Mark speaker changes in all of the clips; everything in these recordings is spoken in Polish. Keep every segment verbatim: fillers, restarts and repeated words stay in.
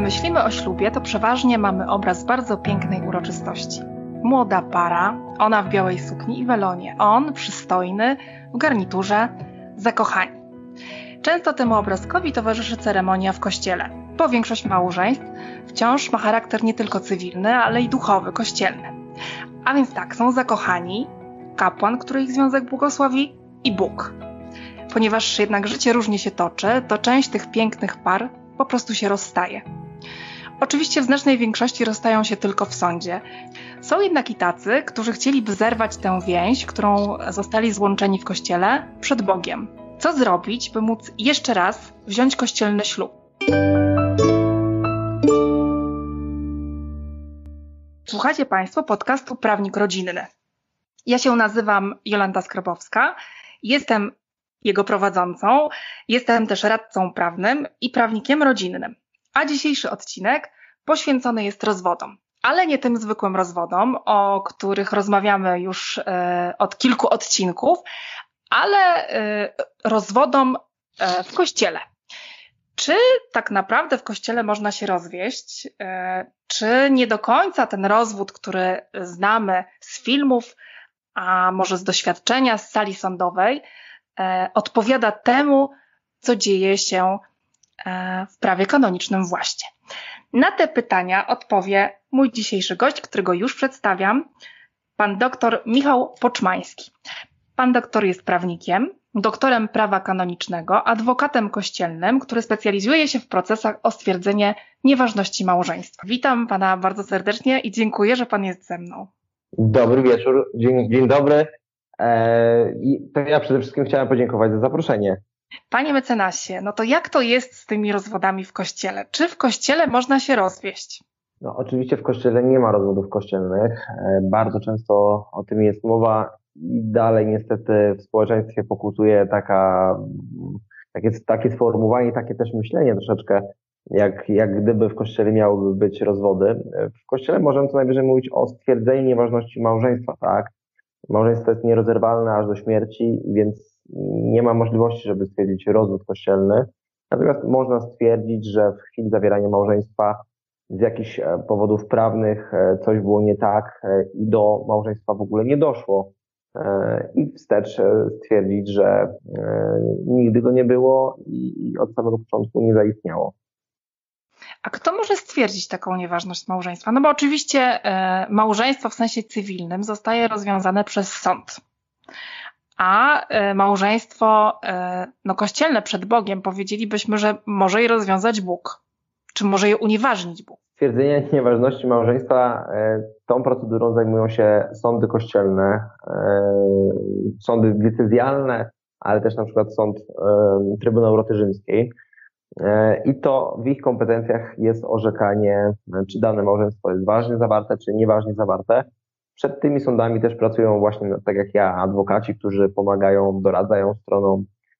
Speaker 1: myślimy o ślubie, to przeważnie mamy obraz bardzo pięknej uroczystości. Młoda para, ona w białej sukni i welonie, on przystojny, w garniturze, zakochani. Często temu obrazkowi towarzyszy ceremonia w kościele, bo większość małżeństw wciąż ma charakter nie tylko cywilny, ale i duchowy, kościelny. A więc tak, są zakochani, kapłan, który ich związek błogosławi, i Bóg. Ponieważ jednak życie różnie się toczy, to część tych pięknych par po prostu się rozstaje. Oczywiście w znacznej większości rozstają się tylko w sądzie. Są jednak i tacy, którzy chcieliby zerwać tę więź, którą zostali złączeni w kościele, przed Bogiem. Co zrobić, by móc jeszcze raz wziąć kościelny ślub? Słuchacie Państwo podcastu Prawnik Rodzinny. Ja się nazywam Jolanta Skrobowska, jestem jego prowadzącą, jestem też radcą prawnym i prawnikiem rodzinnym. A dzisiejszy odcinek poświęcony jest rozwodom. Ale nie tym zwykłym rozwodom, o których rozmawiamy już e, od kilku odcinków, ale e, rozwodom e, w kościele. Czy tak naprawdę w kościele można się rozwieść? E, czy nie do końca ten rozwód, który znamy z filmów, a może z doświadczenia z sali sądowej, e, odpowiada temu, co dzieje się e, w prawie kanonicznym właśnie? Na te pytania odpowie mój dzisiejszy gość, którego już przedstawiam, pan doktor Michał Poczmański. Pan doktor jest prawnikiem, doktorem prawa kanonicznego, adwokatem kościelnym, który specjalizuje się w procesach o stwierdzenie nieważności małżeństwa. Witam pana bardzo serdecznie i dziękuję, że pan jest ze mną.
Speaker 2: Dobry wieczór, dzień, dzień dobry. Eee, I to ja przede wszystkim chciałem podziękować za zaproszenie.
Speaker 1: Panie mecenasie, no to jak to jest z tymi rozwodami w kościele? Czy w kościele można się rozwieść?
Speaker 2: No oczywiście w kościele nie ma rozwodów kościelnych. Eee, bardzo często o tym jest mowa i dalej niestety w społeczeństwie pokutuje taka, takie, takie sformułowanie, takie też myślenie troszeczkę, jak, jak gdyby w kościele miałyby być rozwody. W kościele możemy co najwyżej mówić o stwierdzeniu nieważności małżeństwa, tak? Małżeństwo jest nierozerwalne aż do śmierci, więc nie ma możliwości, żeby stwierdzić rozwód kościelny. Natomiast można stwierdzić, że w chwili zawierania małżeństwa z jakichś powodów prawnych coś było nie tak i do małżeństwa w ogóle nie doszło. I wstecz stwierdzić, że nigdy go nie było i od samego początku nie zaistniało.
Speaker 1: A kto może stwierdzić taką nieważność małżeństwa? No bo oczywiście e, małżeństwo w sensie cywilnym zostaje rozwiązane przez sąd. A e, małżeństwo e, no kościelne przed Bogiem powiedzielibyśmy, że może je rozwiązać Bóg. Czy może je unieważnić Bóg?
Speaker 2: Stwierdzenie nieważności małżeństwa, e, tą procedurą zajmują się sądy kościelne, e, sądy decyzjalne, ale też na przykład sąd e, Trybunału Roty Rzymskiej. I to w ich kompetencjach jest orzekanie, czy dane małżeństwo jest ważnie zawarte, czy nieważnie zawarte. Przed tymi sądami też pracują właśnie, tak jak ja, adwokaci, którzy pomagają, doradzają stronom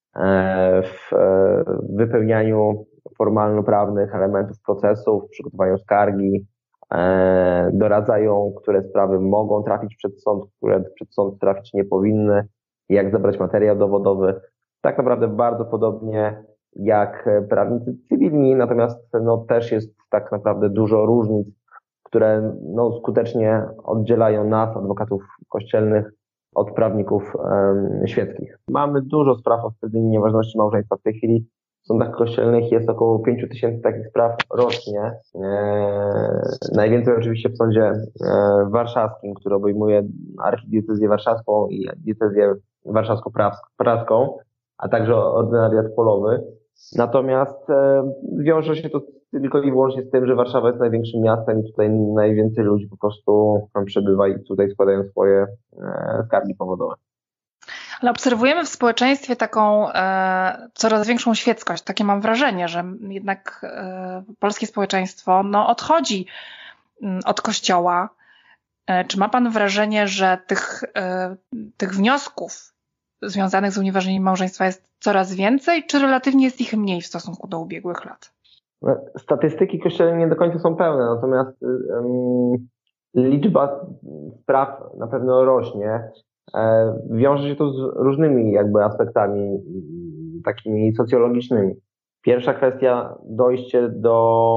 Speaker 2: w wypełnianiu formalno-prawnych elementów procesu, w przygotowaniu skargi, doradzają, które sprawy mogą trafić przed sąd, które przed sąd trafić nie powinny, jak zebrać materiał dowodowy. Tak naprawdę bardzo podobnie jak prawnicy cywilni, natomiast no, też jest tak naprawdę dużo różnic, które no, skutecznie oddzielają nas, adwokatów kościelnych, od prawników um, świeckich. Mamy dużo spraw o stwierdzenie nieważności małżeństwa. W tej chwili w sądach kościelnych jest około pięć tysięcy takich spraw rocznie. Eee, najwięcej oczywiście w sądzie e, warszawskim, który obejmuje archidiecezję warszawską i diecezję warszawsko-praską, a także ordynariat polowy. Natomiast e, wiąże się to tylko i wyłącznie z tym, że Warszawa jest największym miastem i tutaj najwięcej ludzi po prostu tam przebywa i tutaj składają swoje e, skargi powodowe.
Speaker 1: Ale obserwujemy w społeczeństwie taką e, coraz większą świeckość. Takie mam wrażenie, że jednak e, polskie społeczeństwo no, odchodzi m, od kościoła. E, czy ma pan wrażenie, że tych, e, tych wniosków związanych z unieważnieniem małżeństwa jest coraz więcej, czy relatywnie jest ich mniej w stosunku do ubiegłych lat?
Speaker 2: Statystyki kościelne nie do końca są pełne, natomiast um, liczba spraw na pewno rośnie. E, wiąże się to z różnymi jakby aspektami takimi socjologicznymi. Pierwsza kwestia, dojście do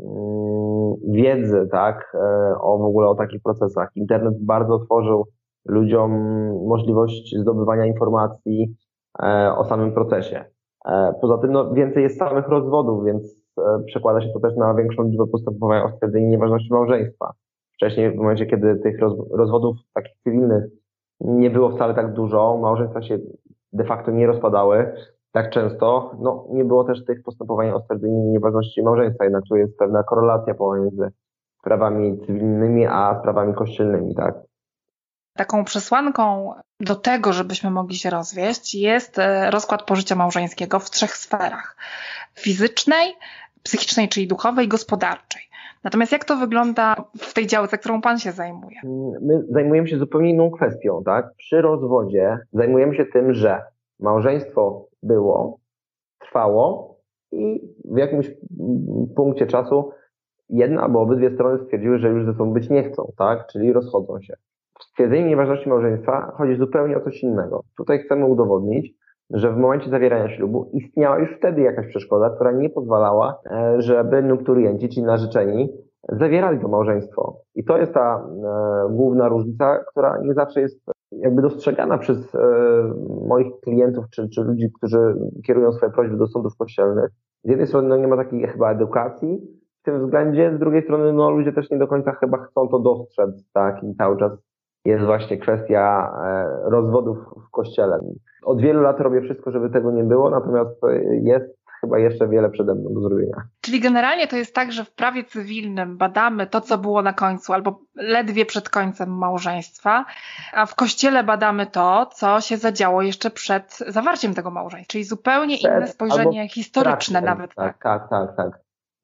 Speaker 2: wiedzy, tak, o w ogóle o takich procesach. Internet bardzo otworzył ludziom możliwość zdobywania informacji o samym procesie. Poza tym no, więcej jest samych rozwodów, więc przekłada się to też na większą liczbę postępowań o stwierdzenie nieważności małżeństwa. Wcześniej, w momencie, kiedy tych rozwodów takich cywilnych nie było wcale tak dużo, małżeństwa się de facto nie rozpadały tak często, no nie było też tych postępowań o stwierdzenie nieważności małżeństwa, jednak tu jest pewna korelacja pomiędzy sprawami cywilnymi a sprawami kościelnymi, tak?
Speaker 1: Taką przesłanką do tego, żebyśmy mogli się rozwieść, jest rozkład pożycia małżeńskiego w trzech sferach. Fizycznej, psychicznej, czyli duchowej, gospodarczej. Natomiast jak to wygląda w tej działce, którą Pan się zajmuje?
Speaker 2: My zajmujemy się zupełnie inną kwestią, tak? Przy rozwodzie zajmujemy się tym, że małżeństwo było, trwało i w jakimś punkcie czasu jedna albo obydwie strony stwierdziły, że już ze sobą być nie chcą, tak? Czyli rozchodzą się. W stwierdzeniu nieważności małżeństwa chodzi zupełnie o coś innego. Tutaj chcemy udowodnić, że w momencie zawierania ślubu istniała już wtedy jakaś przeszkoda, która nie pozwalała, żeby nupturienci, czyli narzeczeni, zawierali to małżeństwo. I to jest ta e, główna różnica, która nie zawsze jest jakby dostrzegana przez e, moich klientów, czy, czy ludzi, którzy kierują swoje prośby do sądów kościelnych. Z jednej strony no, nie ma takiej chyba edukacji w tym względzie, z drugiej strony no, ludzie też nie do końca chyba chcą to dostrzec, tak, i cały czas jest właśnie kwestia e, rozwodów w kościele. Od wielu lat robię wszystko, żeby tego nie było, natomiast jest chyba jeszcze wiele przede mną do zrobienia.
Speaker 1: Czyli generalnie to jest tak, że w prawie cywilnym badamy to, co było na końcu albo ledwie przed końcem małżeństwa, a w kościele badamy to, co się zadziało jeszcze przed zawarciem tego małżeństwa. Czyli zupełnie przed, inne spojrzenie historyczne traktem, nawet.
Speaker 2: Tak, tak, tak, tak.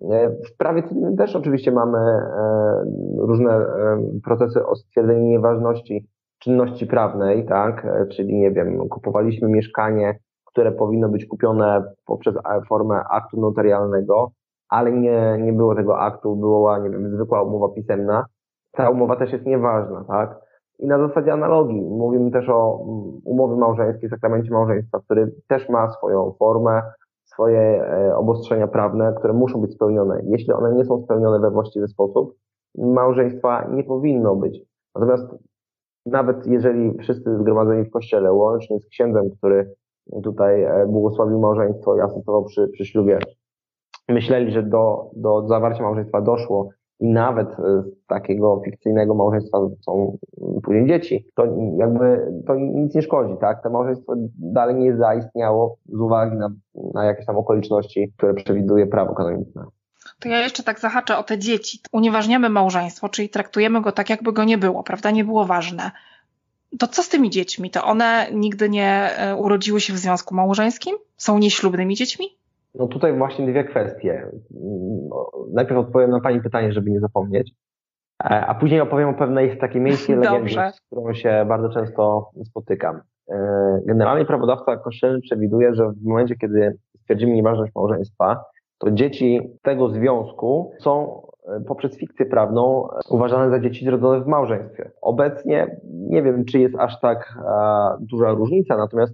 Speaker 2: W prawie cywilnym też oczywiście mamy e, różne e, procesy o stwierdzenie nieważności czynności prawnej, tak, czyli nie wiem, kupowaliśmy mieszkanie, które powinno być kupione poprzez formę aktu notarialnego, ale nie, nie było tego aktu, była, nie wiem, zwykła umowa pisemna. Ta umowa też jest nieważna, tak? I na zasadzie analogii mówimy też o umowie małżeńskiej, sakramencie małżeństwa, który też ma swoją formę, swoje obostrzenia prawne, które muszą być spełnione. Jeśli one nie są spełnione we właściwy sposób, małżeństwa nie powinno być. Natomiast nawet jeżeli wszyscy zgromadzeni w kościele, łącznie z księdzem, który tutaj błogosławił małżeństwo i asystował przy, przy ślubie, myśleli, że do, do zawarcia małżeństwa doszło i nawet z takiego fikcyjnego małżeństwa są później dzieci, to jakby to nic nie szkodzi, tak? To małżeństwo dalej nie zaistniało z uwagi na, na jakieś tam okoliczności, które przewiduje prawo kanoniczne.
Speaker 1: To ja jeszcze tak zahaczę o te dzieci. Unieważniamy małżeństwo, czyli traktujemy go tak, jakby go nie było, prawda? Nie było ważne. To co z tymi dziećmi? To one nigdy nie urodziły się w związku małżeńskim? Są nieślubnymi dziećmi?
Speaker 2: No tutaj właśnie dwie kwestie. Najpierw odpowiem na Pani pytanie, żeby nie zapomnieć, a później opowiem o pewnej takiej miejskiej legendzie, z którą się bardzo często spotykam. Generalnie prawodawca kościelny przewiduje, że w momencie, kiedy stwierdzimy nieważność małżeństwa, to dzieci tego związku są poprzez fikcję prawną uważane za dzieci zrodzone w małżeństwie. Obecnie nie wiem, czy jest aż tak a, duża różnica, natomiast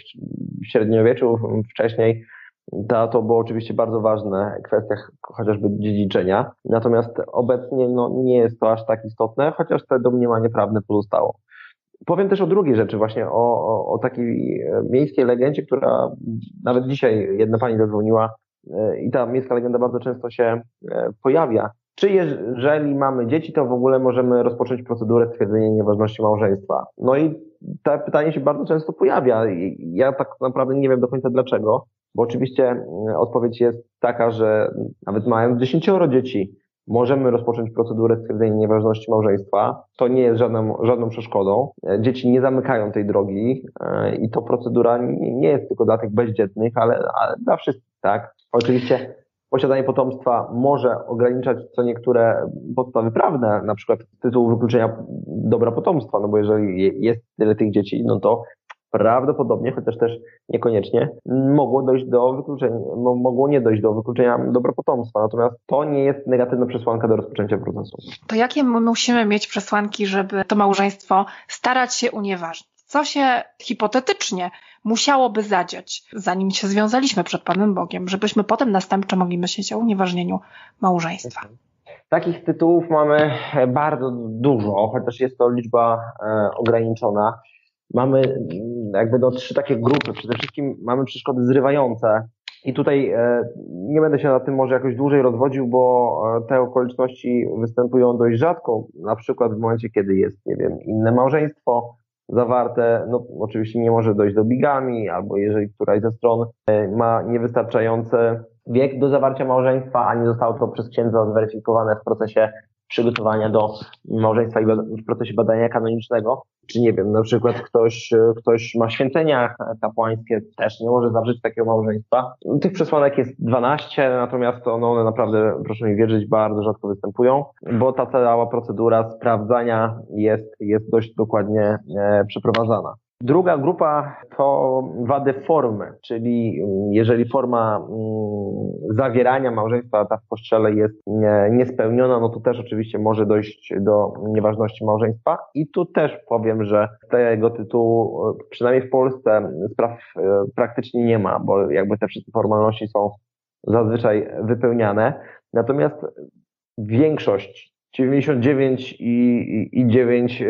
Speaker 2: w średniowieczu wcześniej to, to było oczywiście bardzo ważne w kwestiach chociażby dziedziczenia. Natomiast obecnie no, nie jest to aż tak istotne, chociaż to domniemanie prawne pozostało. Powiem też o drugiej rzeczy, właśnie o, o, o takiej miejskiej legendzie, która nawet dzisiaj jedna pani zadzwoniła i ta miejska legenda bardzo często się pojawia. Czy jeżeli mamy dzieci, to w ogóle możemy rozpocząć procedurę stwierdzenia nieważności małżeństwa? No i to pytanie się bardzo często pojawia. Ja tak naprawdę nie wiem do końca dlaczego, bo oczywiście odpowiedź jest taka, że nawet mając dziesięcioro dzieci, możemy rozpocząć procedurę stwierdzenia nieważności małżeństwa. To nie jest żadną, żadną przeszkodą. Dzieci nie zamykają tej drogi i to procedura nie jest tylko dla tych bezdzietnych, ale, ale dla wszystkich, tak? Oczywiście posiadanie potomstwa może ograniczać co niektóre podstawy prawne, na przykład z tytułu wykluczenia dobra potomstwa, no bo jeżeli jest tyle tych dzieci, no to prawdopodobnie, chociaż też niekoniecznie, mogło dojść do wykluczenia, mogło nie dojść do wykluczenia dobra potomstwa. Natomiast to nie jest negatywna przesłanka do rozpoczęcia procesu.
Speaker 1: To jakie my musimy mieć przesłanki, żeby to małżeństwo starać się unieważnić? Co się hipotetycznie musiałoby zadziać, zanim się związaliśmy przed Panem Bogiem, żebyśmy potem następczo mogli myśleć o unieważnieniu małżeństwa?
Speaker 2: Takich tytułów mamy bardzo dużo, chociaż jest to liczba e, ograniczona. Mamy jakby no trzy takie grupy. Przede wszystkim mamy przeszkody zrywające i tutaj e, nie będę się na tym może jakoś dłużej rozwodził, bo e, te okoliczności występują dość rzadko, na przykład w momencie, kiedy jest, nie wiem, inne małżeństwo zawarte, no oczywiście nie może dojść do bigami, albo jeżeli któraś ze stron e, ma niewystarczający wiek do zawarcia małżeństwa, a nie zostało to przez księdza zweryfikowane w procesie przygotowania do małżeństwa i w procesie badania kanonicznego, czy nie wiem, na przykład ktoś, ktoś ma święcenia kapłańskie, też nie może zawrzeć takiego małżeństwa. Tych przesłanek jest dwanaście, natomiast one naprawdę, proszę mi wierzyć, bardzo rzadko występują, bo ta cała procedura sprawdzania jest, jest dość dokładnie e, przeprowadzana. Druga grupa to wady formy, czyli jeżeli forma mm, zawierania małżeństwa ta w kościele jest nie, niespełniona, no to też oczywiście może dojść do nieważności małżeństwa. I tu też powiem, że z tego tytułu, przynajmniej w Polsce, spraw e, praktycznie nie ma, bo jakby te wszystkie formalności są zazwyczaj wypełniane. Natomiast większość, dziewięćdziesiąt dziewięć przecinek dziewięć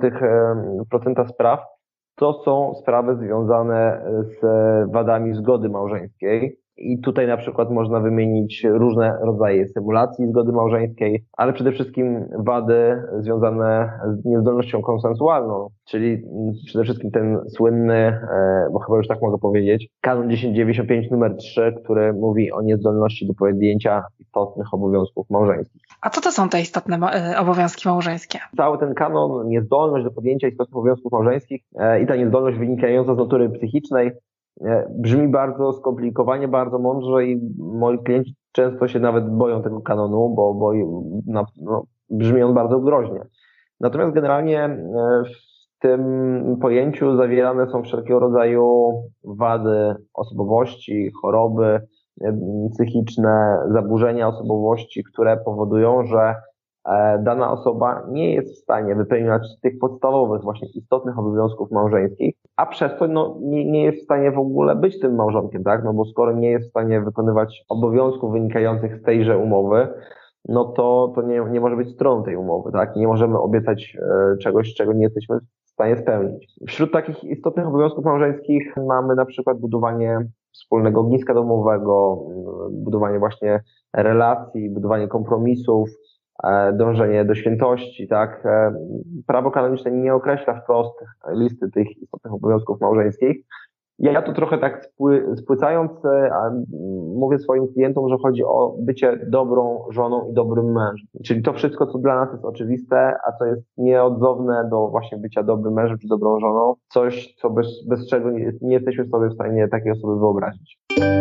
Speaker 2: procent spraw, to są sprawy związane z wadami zgody małżeńskiej i tutaj na przykład można wymienić różne rodzaje symulacji zgody małżeńskiej, ale przede wszystkim wady związane z niezdolnością konsensualną, czyli przede wszystkim ten słynny, bo chyba już tak mogę powiedzieć, kanon tysiąc dziewięćdziesiąt pięć numer trzy, który mówi o niezdolności do podjęcia istotnych obowiązków małżeńskich.
Speaker 1: A co to są te istotne obowiązki małżeńskie?
Speaker 2: Cały ten kanon, niezdolność do podjęcia istotnych obowiązków małżeńskich i ta niezdolność wynikająca z natury psychicznej brzmi bardzo skomplikowanie, bardzo mądrze i moi klienci często się nawet boją tego kanonu, bo, bo no, no, brzmi on bardzo groźnie. Natomiast generalnie w tym pojęciu zawierane są wszelkiego rodzaju wady osobowości, choroby psychiczne, zaburzenia osobowości, które powodują, że dana osoba nie jest w stanie wypełniać tych podstawowych, właśnie istotnych obowiązków małżeńskich, a przez to no, nie, nie jest w stanie w ogóle być tym małżonkiem, tak? No bo skoro nie jest w stanie wykonywać obowiązków wynikających z tejże umowy, no to, to nie, nie może być stroną tej umowy, tak? Nie możemy obiecać e, czegoś, czego nie jesteśmy w stanie spełnić. Wśród takich istotnych obowiązków małżeńskich mamy na przykład budowanie wspólnego ogniska domowego, budowanie właśnie relacji, budowanie kompromisów, dążenie do świętości, tak? Prawo kanoniczne nie określa wprost listy tych istotnych obowiązków małżeńskich. Ja to trochę tak spły, spłycając, mówię swoim klientom, że chodzi o bycie dobrą żoną i dobrym mężem. Czyli to wszystko, co dla nas jest oczywiste, a co jest nieodzowne do właśnie bycia dobrym mężem czy dobrą żoną, coś, co bez, bez czego nie, nie jesteśmy sobie w stanie takiej osoby wyobrazić.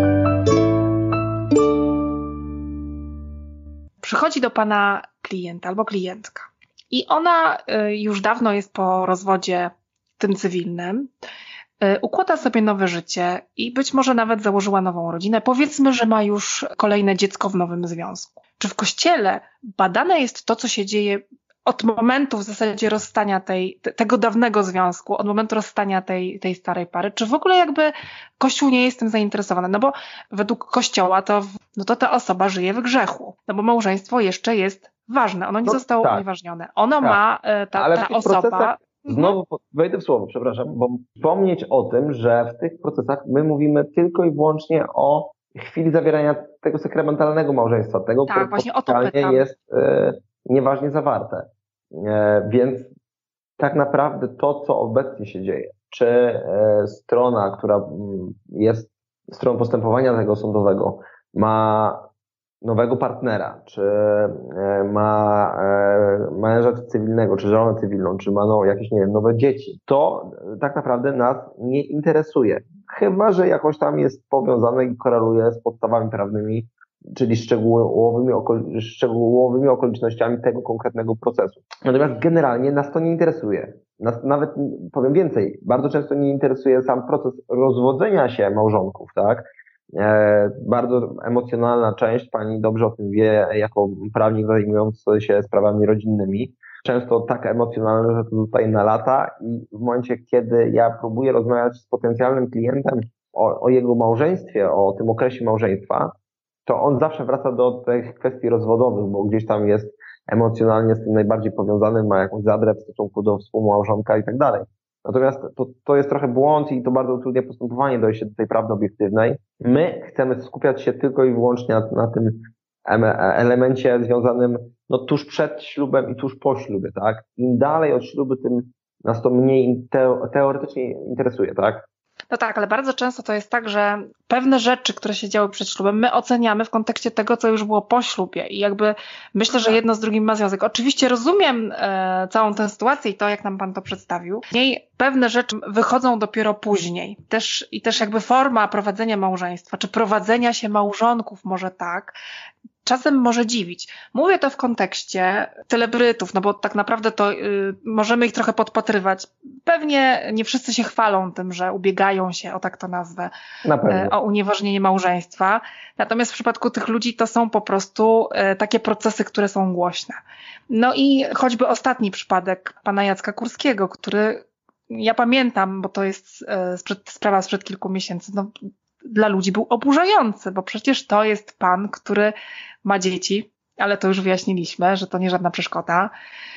Speaker 1: Przychodzi do Pana klient albo klientka i ona już dawno jest po rozwodzie tym cywilnym, układa sobie nowe życie i być może nawet założyła nową rodzinę. Powiedzmy, że ma już kolejne dziecko w nowym związku. Czy w Kościele badane jest to, co się dzieje od momentu w zasadzie rozstania tej, tego dawnego związku, od momentu rozstania tej, tej starej pary? Czy w ogóle jakby Kościół nie jest tym zainteresowany? No bo według Kościoła to, no to ta osoba żyje w grzechu. No bo małżeństwo jeszcze jest ważne. Ono nie no, zostało tak. unieważnione. Ono tak. ma, ta,
Speaker 2: Ale
Speaker 1: ta osoba...
Speaker 2: Znowu wejdę w słowo, przepraszam, bo wspomnieć o tym, że w tych procesach my mówimy tylko i wyłącznie o chwili zawierania tego sakramentalnego małżeństwa, tego,
Speaker 1: tak, które
Speaker 2: oficjalnie jest e, nieważnie zawarte. E, więc tak naprawdę to, co obecnie się dzieje, czy e, strona, która jest stroną postępowania tego sądowego, ma nowego partnera, czy ma męża cywilnego, czy żonę cywilną, czy ma no, jakieś, nie wiem, nowe dzieci, to tak naprawdę nas nie interesuje. Chyba że jakoś tam jest powiązane i koreluje z podstawami prawnymi, czyli szczegółowymi, okol- szczegółowymi okolicznościami tego konkretnego procesu. Natomiast generalnie nas to nie interesuje. Nas nawet, powiem więcej, bardzo często nie interesuje sam proces rozwodzenia się małżonków, tak? E, bardzo emocjonalna część, pani dobrze o tym wie, jako prawnik zajmujący się sprawami rodzinnymi, często tak emocjonalne, że to zostaje na lata i w momencie, kiedy ja próbuję rozmawiać z potencjalnym klientem o, o jego małżeństwie, o tym okresie małżeństwa, to on zawsze wraca do tych kwestii rozwodowych, bo gdzieś tam jest emocjonalnie z tym najbardziej powiązany, ma jakąś zadrę w stosunku do współmałżonka i tak dalej. Natomiast to, to jest trochę błąd i to bardzo utrudnia postępowanie, dojście do tej prawdy obiektywnej. My chcemy skupiać się tylko i wyłącznie na, na tym elemencie związanym no, tuż przed ślubem i tuż po ślubie, tak? Im dalej od ślubu, tym nas to mniej teo, teoretycznie interesuje, tak?
Speaker 1: No tak, ale bardzo często to jest tak, że pewne rzeczy, które się działy przed ślubem, my oceniamy w kontekście tego, co już było po ślubie i jakby myślę, że jedno z drugim ma związek. Oczywiście rozumiem e, całą tę sytuację i to, jak nam pan to przedstawił. W niej pewne rzeczy wychodzą dopiero później. Też, i też jakby forma prowadzenia małżeństwa, czy prowadzenia się małżonków może tak, czasem może dziwić. Mówię to w kontekście celebrytów, no bo tak naprawdę to y, możemy ich trochę podpatrywać. Pewnie nie wszyscy się chwalą tym, że ubiegają się, o tak to nazwę, y, o unieważnienie małżeństwa. Natomiast w przypadku tych ludzi to są po prostu y, takie procesy, które są głośne. No i choćby ostatni przypadek pana Jacka Kurskiego, który ja pamiętam, bo to jest y, sprzed, sprawa sprzed kilku miesięcy, no dla ludzi był oburzający, bo przecież to jest pan, który ma dzieci, ale to już wyjaśniliśmy, że to nie żadna przeszkoda.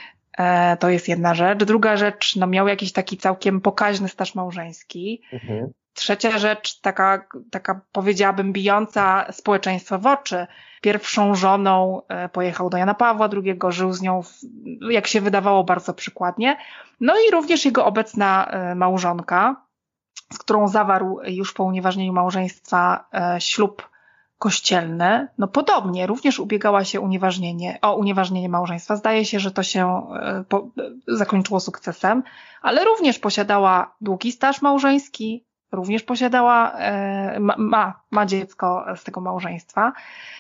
Speaker 1: E, to jest jedna rzecz. Druga rzecz, no miał jakiś taki całkiem pokaźny staż małżeński. Mhm. Trzecia rzecz, taka, taka powiedziałabym bijąca społeczeństwo w oczy. Pierwszą żoną pojechał do Jana Pawła drugiego, żył z nią, w, jak się wydawało, bardzo przykładnie. No i również jego obecna małżonka, z którą zawarł już po unieważnieniu małżeństwa e, ślub kościelny, no podobnie, również ubiegała się unieważnienie, o unieważnienie małżeństwa. Zdaje się, że to się e, po, zakończyło sukcesem, ale również posiadała długi staż małżeński, również posiadała, e, ma, ma dziecko z tego małżeństwa.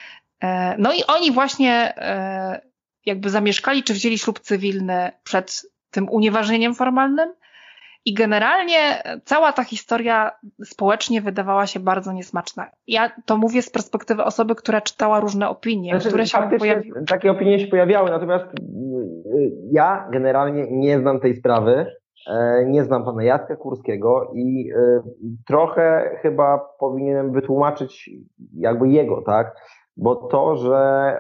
Speaker 1: E, no i oni właśnie e, jakby zamieszkali, czy wzięli ślub cywilny przed tym unieważnieniem formalnym. I generalnie cała ta historia społecznie wydawała się bardzo niesmaczna. Ja to mówię z perspektywy osoby, która czytała różne opinie, znaczy, które się pojawiły.
Speaker 2: Takie opinie się pojawiały, natomiast ja generalnie nie znam tej sprawy, nie znam pana Jacka Kurskiego i trochę chyba powinienem wytłumaczyć jakby jego, tak? Bo to, że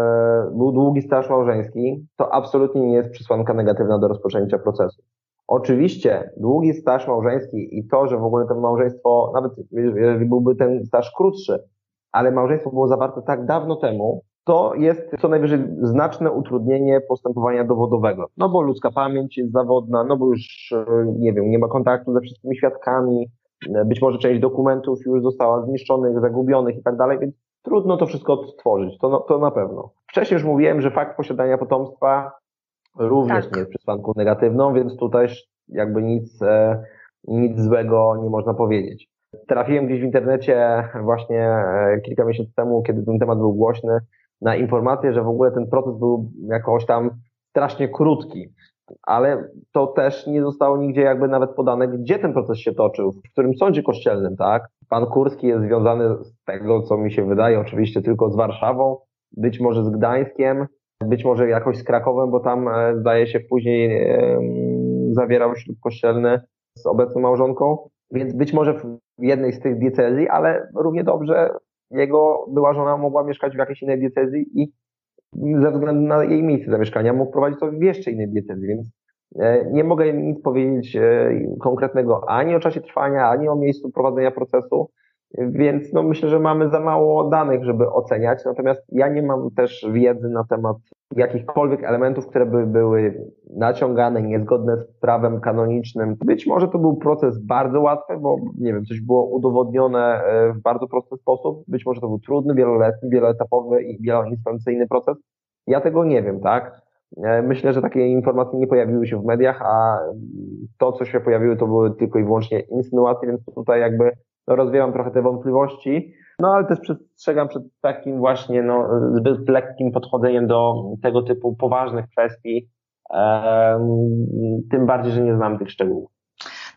Speaker 2: był długi staż małżeński, to absolutnie nie jest przesłanka negatywna do rozpoczęcia procesu. Oczywiście długi staż małżeński i to, że w ogóle to małżeństwo, nawet jeżeli byłby ten staż krótszy, ale małżeństwo było zawarte tak dawno temu, to jest co najwyżej znaczne utrudnienie postępowania dowodowego. No bo ludzka pamięć jest zawodna, no bo już, nie wiem, nie ma kontaktu ze wszystkimi świadkami, być może część dokumentów już została zniszczonych, zagubionych i tak dalej, więc trudno to wszystko odtworzyć, to, to na pewno. Wcześniej już mówiłem, że fakt posiadania potomstwa również tak. nie jest przesłanką negatywną, więc tutaj jakby nic, e, nic złego nie można powiedzieć. Trafiłem gdzieś w internecie właśnie e, kilka miesięcy temu, kiedy ten temat był głośny, na informację, że w ogóle ten proces był jakoś tam strasznie krótki, ale to też nie zostało nigdzie jakby nawet podane, gdzie ten proces się toczył, w którym sądzie kościelnym, tak? Pan Kurski jest związany z tego, co mi się wydaje, oczywiście tylko z Warszawą, być może z Gdańskiem, być może jakoś z Krakowem, bo tam e, zdaje się później e, zawierał ślub kościelny z obecną małżonką, więc być może w jednej z tych diecezji, ale równie dobrze jego była żona mogła mieszkać w jakiejś innej diecezji i ze względu na jej miejsce zamieszkania mógł prowadzić to w jeszcze innej diecezji, więc e, nie mogę nic powiedzieć e, konkretnego ani o czasie trwania, ani o miejscu prowadzenia procesu. Więc no myślę, że mamy za mało danych, żeby oceniać, natomiast ja nie mam też wiedzy na temat jakichkolwiek elementów, które by były naciągane, niezgodne z prawem kanonicznym. Być może to był proces bardzo łatwy, bo nie wiem, coś było udowodnione w bardzo prosty sposób. Być może to był trudny, wieloletni, wieloetapowy i wieloinstancyjny proces. Ja tego nie wiem, tak? Myślę, że takie informacje nie pojawiły się w mediach, a to, co się pojawiły, to były tylko i wyłącznie insynuacje, więc tutaj jakby no, rozwiewam trochę te wątpliwości, no ale też przestrzegam przed takim właśnie no, zbyt lekkim podchodzeniem do tego typu poważnych kwestii, um, tym bardziej, że nie znam tych szczegółów.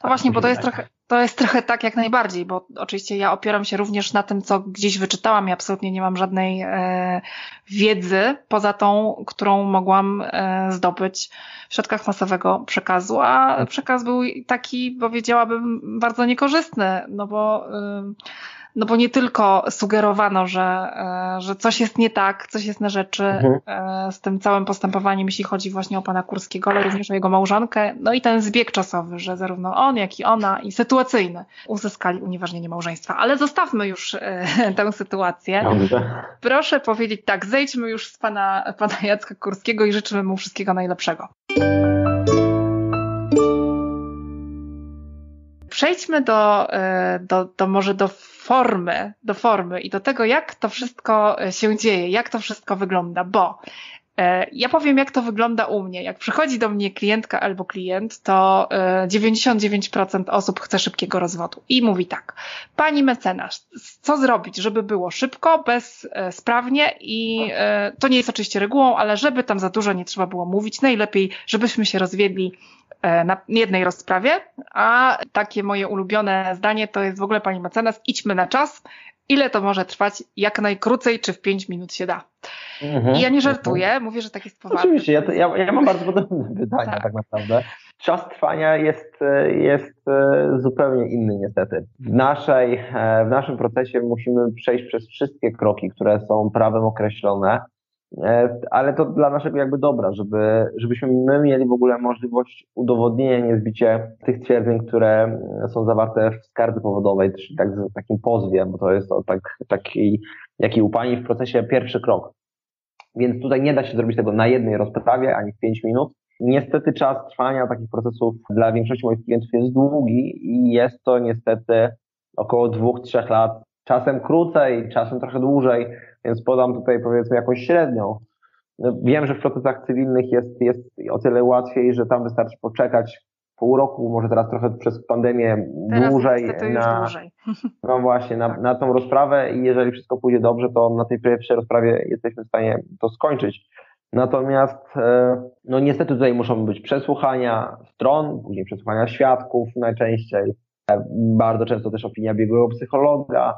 Speaker 1: No właśnie, bo to jest trochę, to jest trochę tak jak najbardziej, bo oczywiście ja opieram się również na tym, co gdzieś wyczytałam i absolutnie nie mam żadnej e, wiedzy poza tą, którą mogłam e, zdobyć w środkach masowego przekazu, a przekaz był taki, powiedziałabym, bardzo niekorzystny, no bo e, No bo nie tylko sugerowano, że, że coś jest nie tak, coś jest na rzeczy mhm. z tym całym postępowaniem, jeśli chodzi właśnie o pana Kurskiego, ale również o jego małżonkę. No i ten zbieg czasowy, że zarówno on, jak i ona i sytuacyjny uzyskali unieważnienie małżeństwa. Ale zostawmy już tę sytuację.
Speaker 2: Dobrze.
Speaker 1: Proszę powiedzieć tak, zejdźmy już z pana, pana Jacka Kurskiego i życzymy mu wszystkiego najlepszego. Przejdźmy do, do, do może do formy, do formy i do tego, jak to wszystko się dzieje, jak to wszystko wygląda, bo e, ja powiem, jak to wygląda u mnie. Jak przychodzi do mnie klientka albo klient, to e, dziewięćdziesiąt dziewięć procent osób chce szybkiego rozwodu i mówi tak: pani mecenas, co zrobić, żeby było szybko, bezsprawnie i e, to nie jest oczywiście regułą, ale żeby tam za dużo nie trzeba było mówić, najlepiej, żebyśmy się rozwiedli na jednej rozprawie, a takie moje ulubione zdanie to jest w ogóle, pani mecenas, idźmy na czas, ile to może trwać, jak najkrócej, czy w pięć minut się da. Mhm, I ja nie żartuję, mhm. mówię, że tak jest poważnie.
Speaker 2: Oczywiście, ja, ja, ja mam bardzo podobne pytania tak. tak naprawdę. Czas trwania jest, jest zupełnie inny niestety. W, naszej, w naszym procesie musimy przejść przez wszystkie kroki, które są prawem określone, ale to dla naszego jakby dobra, żeby, żebyśmy my mieli w ogóle możliwość udowodnienia niezbicie tych twierdzeń, które są zawarte w skardze powodowej, czyli tak, w takim pozwie, bo to jest to tak, taki, jak i u pani w procesie pierwszy krok. Więc tutaj nie da się zrobić tego na jednej rozprawie, ani w pięć minut. Niestety czas trwania takich procesów dla większości moich klientów jest długi i jest to niestety około dwóch, trzech lat, czasem krócej, czasem trochę dłużej, więc podam tutaj powiedzmy jakąś średnią. Wiem, że w procesach cywilnych jest, jest o tyle łatwiej, że tam wystarczy poczekać pół roku, może teraz trochę przez pandemię
Speaker 1: teraz
Speaker 2: dłużej,
Speaker 1: na, dłużej.
Speaker 2: No właśnie, na, na tą rozprawę i jeżeli wszystko pójdzie dobrze, to na tej pierwszej rozprawie jesteśmy w stanie to skończyć. Natomiast no niestety tutaj muszą być przesłuchania stron, później przesłuchania świadków najczęściej, bardzo często też opinia biegłego psychologa,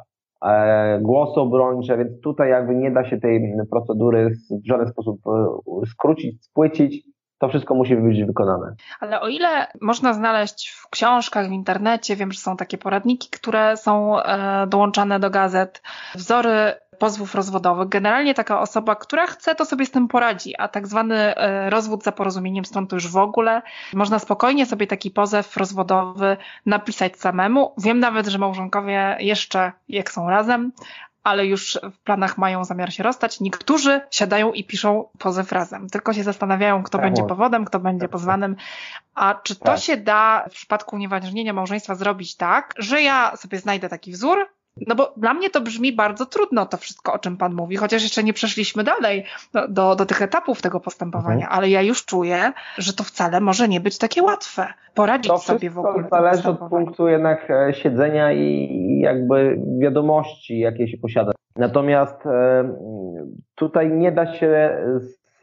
Speaker 2: głosy obrończe, więc tutaj jakby nie da się tej procedury w żaden sposób skrócić, spłycić. To wszystko musi być wykonane.
Speaker 1: Ale o ile można znaleźć w książkach, w internecie, wiem, że są takie poradniki, które są e, dołączane do gazet, wzory pozwów rozwodowych. Generalnie taka osoba, która chce, to sobie z tym poradzi, a tak zwany e, rozwód za porozumieniem stron to już w ogóle. Można spokojnie sobie taki pozew rozwodowy napisać samemu. Wiem nawet, że małżonkowie jeszcze, jak są razem, ale już w planach mają zamiar się rozstać. Niektórzy siadają i piszą pozew razem. Tylko się zastanawiają, kto tak, będzie powodem, kto będzie pozwanym. A czy to tak. się da w przypadku unieważnienia małżeństwa zrobić tak, że ja sobie znajdę taki wzór? No bo dla mnie to brzmi bardzo trudno, to wszystko, o czym pan mówi, chociaż jeszcze nie przeszliśmy dalej do, do, do tych etapów tego postępowania, mhm. ale ja już czuję, że to wcale może nie być takie łatwe. Poradzić
Speaker 2: to
Speaker 1: sobie w ogóle.
Speaker 2: To zależy od punktu jednak siedzenia i jakby wiadomości, jakie się posiada. Natomiast tutaj nie da się z,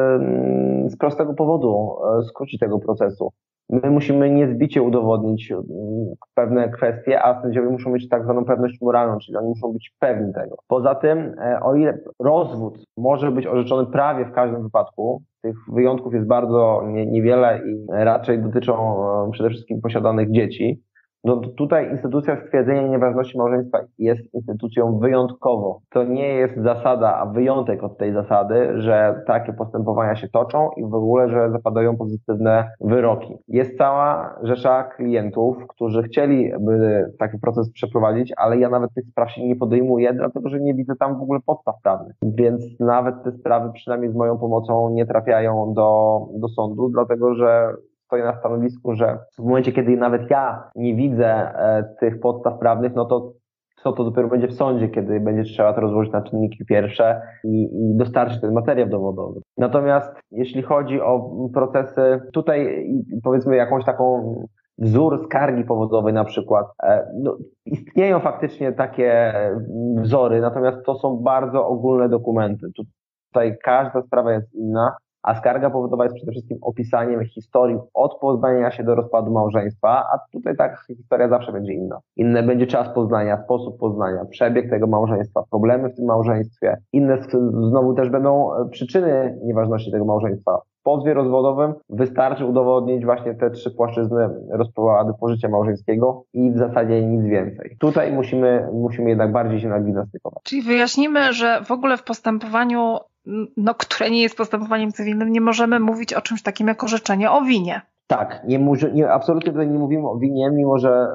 Speaker 2: z prostego powodu skrócić tego procesu. My musimy niezbicie udowodnić pewne kwestie, a sędziowie muszą mieć tak zwaną pewność moralną, czyli oni muszą być pewni tego. Poza tym, o ile rozwód może być orzeczony prawie w każdym wypadku, tych wyjątków jest bardzo nie, niewiele i raczej dotyczą przede wszystkim posiadanych dzieci, no tutaj instytucja stwierdzenia nieważności małżeństwa jest instytucją wyjątkową. To nie jest zasada, a wyjątek od tej zasady, że takie postępowania się toczą i w ogóle, że zapadają pozytywne wyroki. Jest cała rzesza klientów, którzy chcieliby taki proces przeprowadzić, ale ja nawet tych spraw się nie podejmuję, dlatego że nie widzę tam w ogóle podstaw prawnych. Więc nawet te sprawy, przynajmniej z moją pomocą, nie trafiają do, do sądu, dlatego że stoję na stanowisku, że w momencie, kiedy nawet ja nie widzę e, tych podstaw prawnych, no to co to dopiero będzie w sądzie, kiedy będzie trzeba to rozłożyć na czynniki pierwsze i, i dostarczyć ten materiał dowodowy. Natomiast jeśli chodzi o procesy, tutaj powiedzmy jakąś taką wzór skargi powodowej na przykład, e, no, istnieją faktycznie takie wzory, natomiast to są bardzo ogólne dokumenty. Tutaj każda sprawa jest inna. a skarga powodowa jest przede wszystkim opisaniem historii od poznania się do rozpadu małżeństwa, a tutaj ta historia zawsze będzie inna. Inny będzie czas poznania, sposób poznania, przebieg tego małżeństwa, problemy w tym małżeństwie. Inne znowu też będą przyczyny nieważności tego małżeństwa. W pozwie rozwodowym wystarczy udowodnić właśnie te trzy płaszczyzny rozpadu pożycia małżeńskiego i w zasadzie nic więcej. Tutaj musimy, musimy jednak bardziej się nagimnastykować.
Speaker 1: Czyli wyjaśnimy, że w ogóle w postępowaniu, no, które nie jest postępowaniem cywilnym, nie możemy mówić o czymś takim jak orzeczenie o winie.
Speaker 2: Tak, nie, nie, absolutnie tutaj nie mówimy o winie, mimo że e,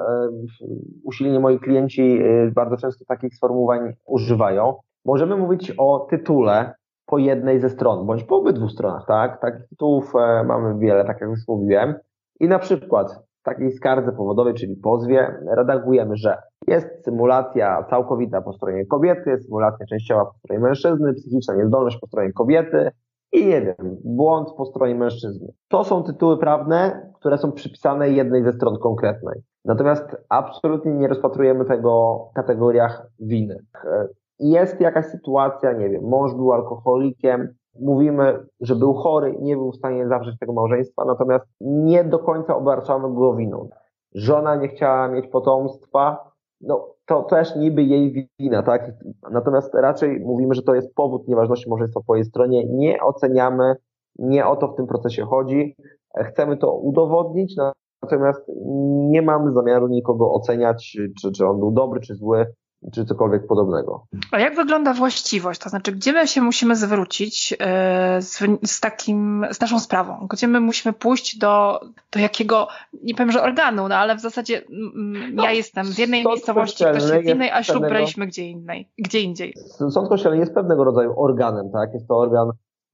Speaker 2: usilnie moi klienci e, bardzo często takich sformułowań używają. Możemy mówić o tytule po jednej ze stron, bądź po obydwu stronach, tak? Takich tytułów e, mamy wiele, tak jak już mówiłem. I na przykład w takiej skardze powodowej, czyli pozwie, redagujemy, że jest symulacja całkowita po stronie kobiety, symulacja częściowa po stronie mężczyzny, psychiczna niezdolność po stronie kobiety i nie wiem, błąd po stronie mężczyzny. To są tytuły prawne, które są przypisane jednej ze stron konkretnej. Natomiast absolutnie nie rozpatrujemy tego w kategoriach winy. Jest jakaś sytuacja, nie wiem, mąż był alkoholikiem, mówimy, że był chory, nie był w stanie zawrzeć tego małżeństwa, natomiast nie do końca obarczamy go winą. Żona nie chciała mieć potomstwa, no to też niby jej wina, tak? Natomiast raczej mówimy, że to jest powód nieważności małżeństwa po jej stronie, nie oceniamy, nie o to w tym procesie chodzi, chcemy to udowodnić, natomiast nie mamy zamiaru nikogo oceniać, czy, czy on był dobry, czy zły, czy cokolwiek podobnego.
Speaker 1: A jak wygląda właściwość? To znaczy, gdzie my się musimy zwrócić z, z takim, z naszą sprawą? Gdzie my musimy pójść do, do jakiego, nie powiem, że organu, no ale w zasadzie no, ja jestem w jednej miejscowości, ktoś jest w innej, a ślub pewnego, braliśmy gdzie innej, gdzie indziej.
Speaker 2: Sąd kościelny jest pewnego rodzaju organem, tak? Jest to organ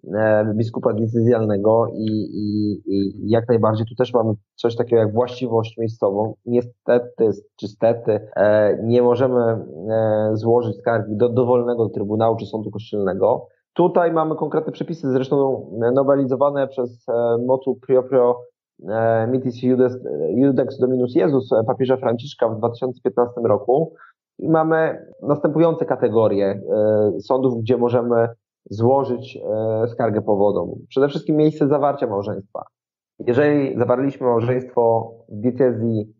Speaker 2: e, biskupa diecezjalnego i, i, i jak najbardziej tu też mamy coś takiego jak właściwość miejscową. Niestety, czy stety, e, nie możemy e, złożyć skargi do dowolnego trybunału czy sądu kościelnego. Tutaj mamy konkretne przepisy, zresztą nowelizowane przez e, motu proprio e, Mitis Iudex, Iudex Dominus Jezus papieża Franciszka w dwa tysiące piętnastym roku i mamy następujące kategorie e, sądów, gdzie możemy złożyć e, skargę powodową. Przede wszystkim miejsce zawarcia małżeństwa. Jeżeli zawarliśmy małżeństwo w diecezji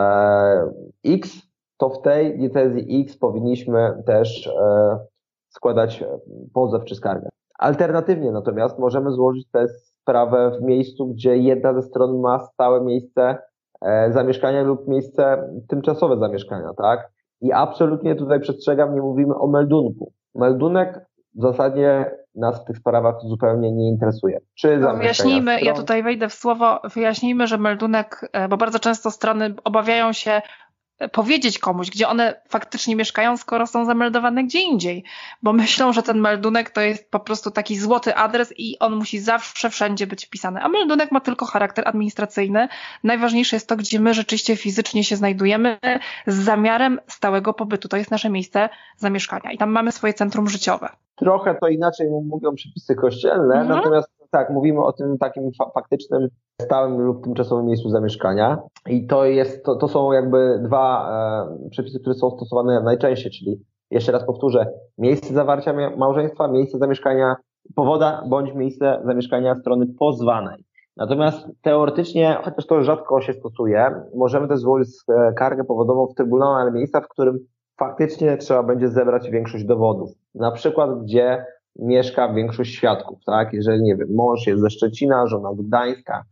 Speaker 2: e, X, to w tej diecezji X powinniśmy też e, składać pozew czy skargę. Alternatywnie natomiast możemy złożyć tę sprawę w miejscu, gdzie jedna ze stron ma stałe miejsce e, zamieszkania lub miejsce tymczasowe zamieszkania, tak? I absolutnie tutaj przestrzegam, nie mówimy o meldunku. Meldunek w zasadzie nas w tych sprawach zupełnie nie interesuje. Czy
Speaker 1: no, wyjaśnijmy, stron... ja tutaj wejdę w słowo, wyjaśnijmy, że meldunek, bo bardzo często strony obawiają się powiedzieć komuś, gdzie one faktycznie mieszkają, skoro są zameldowane gdzie indziej, bo myślą, że ten meldunek to jest po prostu taki złoty adres i on musi zawsze wszędzie być wpisany, a meldunek ma tylko charakter administracyjny. Najważniejsze jest to, gdzie my rzeczywiście fizycznie się znajdujemy z zamiarem stałego pobytu. To jest nasze miejsce zamieszkania i tam mamy swoje centrum życiowe.
Speaker 2: Trochę to inaczej mówią przepisy kościelne, mhm. Natomiast tak, mówimy o tym takim fa- faktycznym, stałym lub tymczasowym miejscu zamieszkania i to jest, to, to są jakby dwa e, przepisy, które są stosowane najczęściej, czyli jeszcze raz powtórzę, miejsce zawarcia małżeństwa, miejsce zamieszkania powoda bądź miejsce zamieszkania strony pozwanej. Natomiast teoretycznie, chociaż to rzadko się stosuje, możemy też złożyć skargę powodową w trybunale miejsca, w którym faktycznie trzeba będzie zebrać większość dowodów. Na przykład, gdzie mieszka większość świadków, tak? Jeżeli, nie wiem, mąż jest ze Szczecina, żona z Gdańska,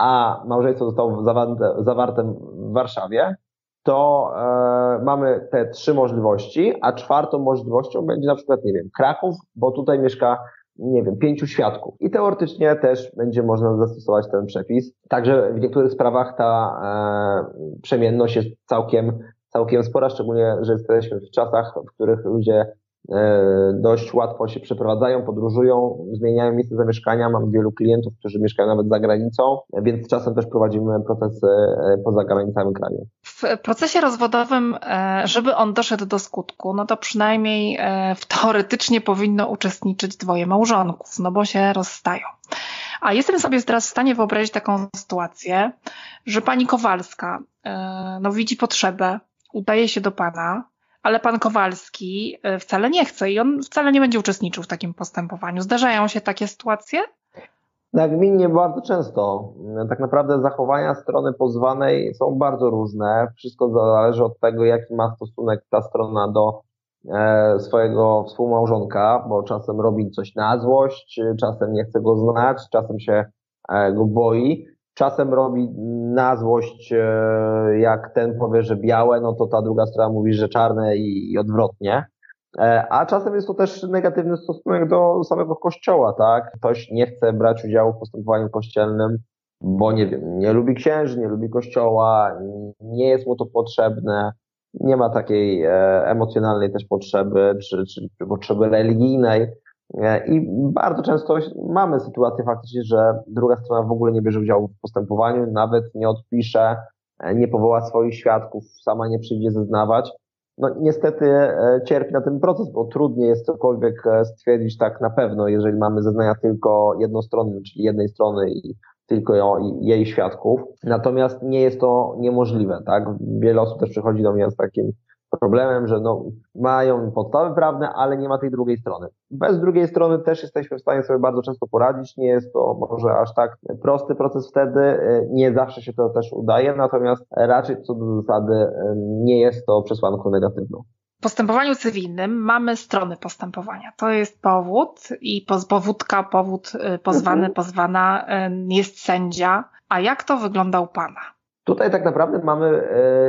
Speaker 2: a małżeństwo zostało zawarte, zawarte w Warszawie, to e, mamy te trzy możliwości, a czwartą możliwością będzie na przykład, nie wiem, Kraków, bo tutaj mieszka, nie wiem, pięciu świadków. I teoretycznie też będzie można zastosować ten przepis. Także w niektórych sprawach ta e, przemienność jest całkiem, całkiem spora, szczególnie, że jesteśmy w czasach, w których ludzie dość łatwo się przeprowadzają, podróżują, zmieniają miejsce zamieszkania. Mam wielu klientów, którzy mieszkają nawet za granicą, więc czasem też prowadzimy procesy poza granicami kraju.
Speaker 1: W procesie rozwodowym, żeby on doszedł do skutku, no to przynajmniej w teoretycznie powinno uczestniczyć dwoje małżonków, no bo się rozstają. A jestem sobie teraz w stanie wyobrazić taką sytuację, że pani Kowalska no, widzi potrzebę, udaje się do pana, ale pan Kowalski wcale nie chce i on wcale nie będzie uczestniczył w takim postępowaniu. Zdarzają się takie sytuacje?
Speaker 2: Nagminnie bardzo często. Tak naprawdę zachowania strony pozwanej są bardzo różne. Wszystko zależy od tego, jaki ma stosunek ta strona do e, swojego współmałżonka, bo czasem robi coś na złość, czasem nie chce go znać, czasem się e, go boi, czasem robi na złość, e, jak ten powie, że białe, no to ta druga strona mówi, że czarne i, i odwrotnie. A czasem jest to też negatywny stosunek do samego Kościoła, tak? Ktoś nie chce brać udziału w postępowaniu kościelnym, bo nie wiem, nie lubi księży, nie lubi Kościoła, nie jest mu to potrzebne, nie ma takiej emocjonalnej też potrzeby, czy, czy, czy potrzeby religijnej. I bardzo często mamy sytuację faktycznie, że druga strona w ogóle nie bierze udziału w postępowaniu, nawet nie odpisze, nie powoła swoich świadków, sama nie przyjdzie zeznawać. No niestety cierpi na ten proces, bo trudniej jest cokolwiek stwierdzić tak na pewno, jeżeli mamy zeznania tylko jednostronne, czyli jednej strony i tylko ją, i jej świadków. Natomiast nie jest to niemożliwe, tak? Wiele osób też przychodzi do mnie z takim problemem, że no, mają podstawy prawne, ale nie ma tej drugiej strony. Bez drugiej strony też jesteśmy w stanie sobie bardzo często poradzić. Nie jest to może aż tak prosty proces wtedy. Nie zawsze się to też udaje, natomiast raczej co do zasady nie jest to przesłanką negatywną.
Speaker 1: W postępowaniu cywilnym mamy strony postępowania. To jest powód i powódka, powód pozwany, pozwana, jest sędzia. A jak to wygląda u Pana?
Speaker 2: Tutaj tak naprawdę mamy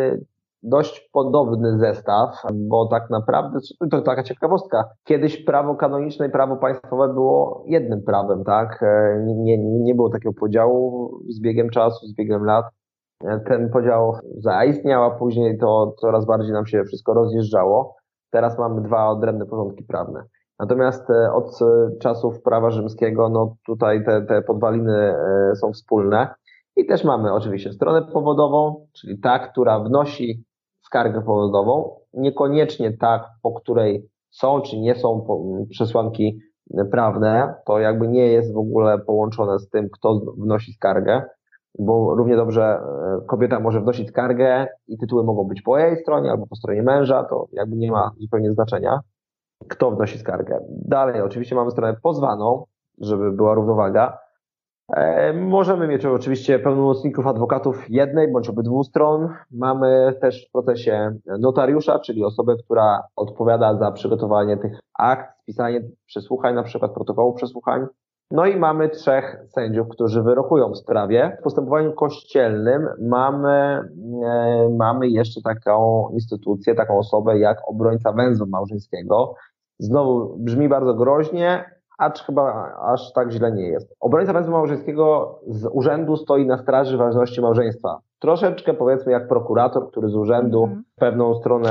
Speaker 2: dość podobny zestaw, bo tak naprawdę, to taka ciekawostka, kiedyś prawo kanoniczne i prawo państwowe było jednym prawem, tak? Nie, nie było takiego podziału z biegiem czasu, z biegiem lat. Ten podział zaistniał, a później to coraz bardziej nam się wszystko rozjeżdżało. Teraz mamy dwa odrębne porządki prawne. Natomiast od czasów prawa rzymskiego, no tutaj te, te podwaliny są wspólne i też mamy oczywiście stronę powodową, czyli ta, która wnosi skargę powodową, niekoniecznie ta, po której są czy nie są przesłanki prawne, to jakby nie jest w ogóle połączone z tym, kto wnosi skargę, bo równie dobrze kobieta może wnosić skargę i tytuły mogą być po jej stronie albo po stronie męża, to jakby nie ma zupełnie znaczenia, kto wnosi skargę. Dalej oczywiście mamy stronę pozwaną, żeby była równowaga. Możemy mieć oczywiście pełnomocników adwokatów jednej bądź obydwu stron. Mamy też w procesie notariusza, czyli osobę, która odpowiada za przygotowanie tych akt, spisanie przesłuchań, na przykład protokołu przesłuchań. No i mamy trzech sędziów, którzy wyrokują w sprawie. W postępowaniu kościelnym mamy, e, mamy jeszcze taką instytucję, taką osobę jak obrońca węzła małżeńskiego. Znowu brzmi bardzo groźnie, acz chyba aż tak źle nie jest. Obrońca węzła małżeńskiego z urzędu stoi na straży ważności małżeństwa. Troszeczkę powiedzmy jak prokurator, który z urzędu mm. w pewną stronę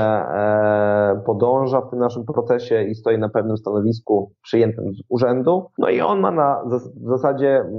Speaker 2: e, podąża w tym naszym procesie i stoi na pewnym stanowisku przyjętym z urzędu. No i on ma na w zasadzie mm,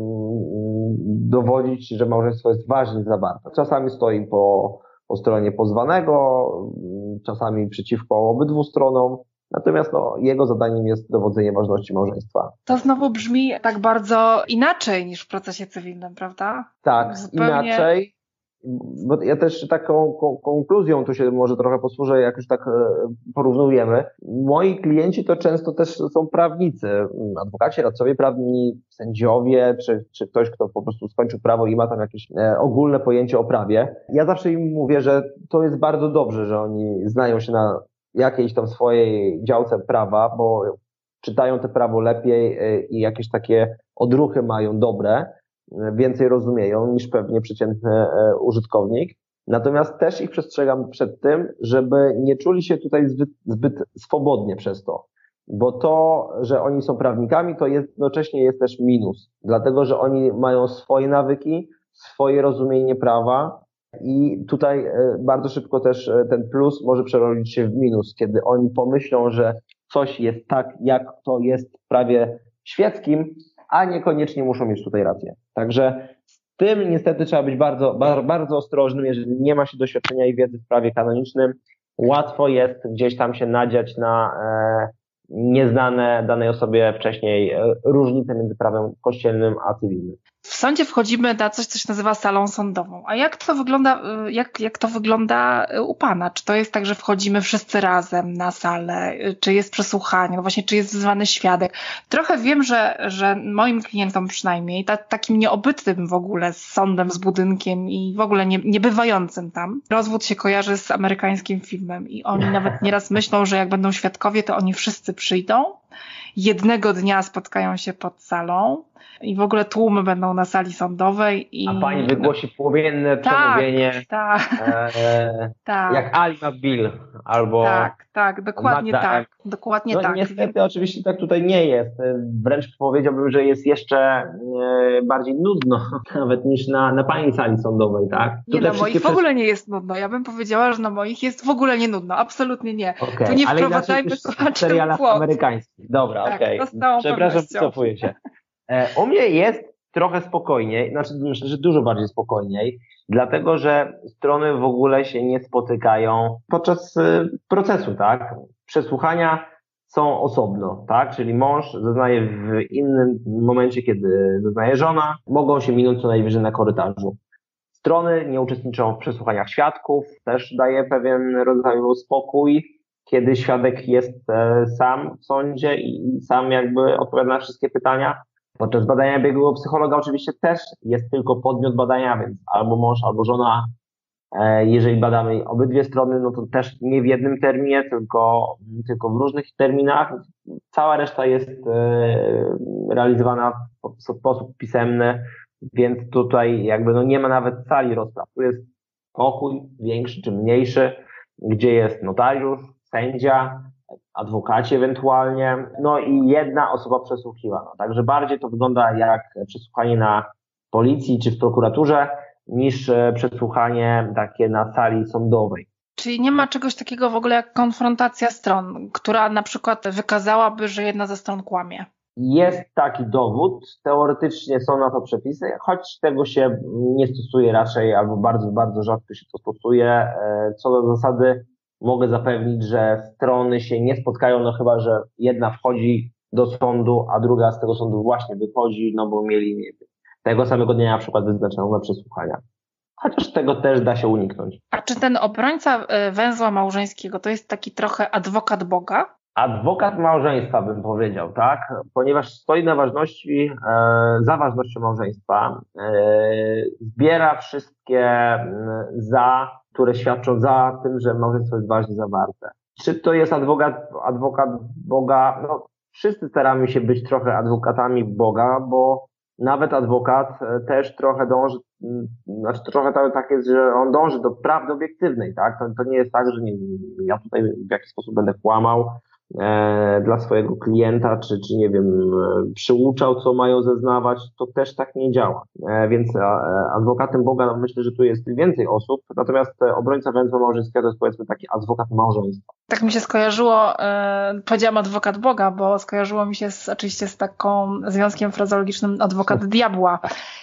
Speaker 2: dowodzić, że małżeństwo jest ważnie zawarte. Czasami stoi po, po stronie pozwanego, czasami przeciwko obydwu stronom. Natomiast no, jego zadaniem jest dowodzenie ważności małżeństwa.
Speaker 1: To znowu brzmi tak bardzo inaczej niż w procesie cywilnym, prawda?
Speaker 2: Tak, Zupełnie... inaczej. Bo ja też taką konkluzją tu się może trochę posłużę, jak już tak porównujemy. Moi klienci to często też są prawnicy, adwokaci, radcowie prawni, sędziowie, czy, czy ktoś, kto po prostu skończył prawo i ma tam jakieś ogólne pojęcie o prawie. Ja zawsze im mówię, że to jest bardzo dobrze, że oni znają się na jakiejś tam swojej działce prawa, bo czytają te prawo lepiej i jakieś takie odruchy mają dobre, więcej rozumieją niż pewnie przeciętny użytkownik. Natomiast też ich przestrzegam przed tym, żeby nie czuli się tutaj zbyt, zbyt swobodnie przez to. Bo to, że oni są prawnikami, to jednocześnie jest też minus. Dlatego, że oni mają swoje nawyki, swoje rozumienie prawa i tutaj bardzo szybko też ten plus może przerodzić się w minus, kiedy oni pomyślą, że coś jest tak, jak to jest w prawie świeckim, a niekoniecznie muszą mieć tutaj rację. Także z tym niestety trzeba być bardzo, bardzo, bardzo ostrożnym, jeżeli nie ma się doświadczenia i wiedzy w prawie kanonicznym. Łatwo jest gdzieś tam się nadziać na e, nieznane danej osobie wcześniej e, różnice między prawem kościelnym a cywilnym.
Speaker 1: W sądzie wchodzimy na coś, co się nazywa salą sądową. A jak to wygląda, jak, jak to wygląda u pana? Czy to jest tak, że wchodzimy wszyscy razem na salę? Czy jest przesłuchanie? No właśnie, czy jest wzywany świadek? Trochę wiem, że, że moim klientom przynajmniej, ta, takim nieobytym w ogóle z sądem, z budynkiem i w ogóle nie, niebywającym tam, rozwód się kojarzy z amerykańskim filmem i oni nawet nieraz myślą, że jak będą świadkowie, to oni wszyscy przyjdą. Jednego dnia spotkają się pod salą i w ogóle tłumy będą na sali sądowej. I...
Speaker 2: A pani wygłosi płomienne
Speaker 1: tak,
Speaker 2: przemówienie,
Speaker 1: tak,
Speaker 2: e,
Speaker 1: tak,
Speaker 2: jak Ali McBeal albo
Speaker 1: tak, tak, dokładnie
Speaker 2: Magda
Speaker 1: tak,
Speaker 2: M.
Speaker 1: dokładnie
Speaker 2: no,
Speaker 1: tak.
Speaker 2: Niestety oczywiście tak tutaj nie jest. Wręcz powiedziałbym, że jest jeszcze e, bardziej nudno nawet niż na, na pani sali sądowej, tak?
Speaker 1: Nie,
Speaker 2: Tutaj
Speaker 1: na moich
Speaker 2: przez...
Speaker 1: w ogóle nie jest nudno. Ja bym powiedziała, że na moich jest w ogóle nie nudno. Absolutnie nie.
Speaker 2: Okay,
Speaker 1: tu nie
Speaker 2: ale
Speaker 1: wprowadzajmy
Speaker 2: w serialach amerykańskich. Dobra,
Speaker 1: tak,
Speaker 2: okej.
Speaker 1: Okay.
Speaker 2: Przepraszam, wycofuję się. E, u mnie jest trochę spokojniej, znaczy myślę, że dużo bardziej spokojniej, dlatego że strony w ogóle się nie spotykają podczas y, procesu, tak? Przesłuchania są osobno, tak? Czyli mąż zeznaje w innym momencie, kiedy zeznaje żona, mogą się minąć co najwyżej na korytarzu. Strony nie uczestniczą w przesłuchaniach świadków, też daje pewien rodzaj spokój, kiedy świadek jest e, sam w sądzie i sam jakby odpowiada na wszystkie pytania. Podczas badania biegłego psychologa oczywiście też jest tylko podmiot badania, więc albo mąż, albo żona. E, jeżeli badamy obydwie strony, no to też nie w jednym terminie, tylko, tylko w różnych terminach. Cała reszta jest e, realizowana w sposób pisemny, więc tutaj jakby no nie ma nawet sali rozpraw. Tu jest pokój większy czy mniejszy, gdzie jest notariusz, sędzia, adwokaci ewentualnie, no i jedna osoba przesłuchiwana. Także bardziej to wygląda jak przesłuchanie na policji czy w prokuraturze niż przesłuchanie takie na sali sądowej.
Speaker 1: Czyli nie ma czegoś takiego w ogóle jak konfrontacja stron, która na przykład wykazałaby, że jedna ze stron kłamie?
Speaker 2: Jest taki dowód, teoretycznie są na to przepisy, choć tego się nie stosuje raczej albo bardzo, bardzo rzadko się to stosuje. Co do zasady mogę zapewnić, że strony się nie spotkają, no chyba że jedna wchodzi do sądu, a druga z tego sądu właśnie wychodzi, no bo mieli, nie wiem, tego samego dnia na przykład wyznaczoną na przesłuchania. Chociaż tego też da się uniknąć.
Speaker 1: A czy ten obrońca węzła małżeńskiego to jest taki trochę adwokat Boga?
Speaker 2: Adwokat małżeństwa bym powiedział, tak? Ponieważ stoi na ważności, e, za ważnością małżeństwa, e, zbiera wszystkie e, za, które świadczą za tym, że małżeństwo jest ważnie zawarte. Czy to jest adwokat, adwokat Boga? No, wszyscy staramy się być trochę adwokatami Boga, bo nawet adwokat też trochę dąży, znaczy trochę tak jest, że on dąży do prawdy obiektywnej, tak? To, to nie jest tak, że nie, ja tutaj w jakiś sposób będę kłamał e, dla swojego klienta, czy, czy nie wiem, przyuczał, co mają zeznawać, to też tak nie działa. E, więc e, adwokatem Boga, no myślę, że tu jest więcej osób, natomiast obrońca węzła małżeńskiego to jest powiedzmy taki adwokat małżeństwa.
Speaker 1: Tak mi się skojarzyło, e, powiedziałam adwokat Boga, bo skojarzyło mi się z, oczywiście z taką związkiem frazologicznym adwokat diabła.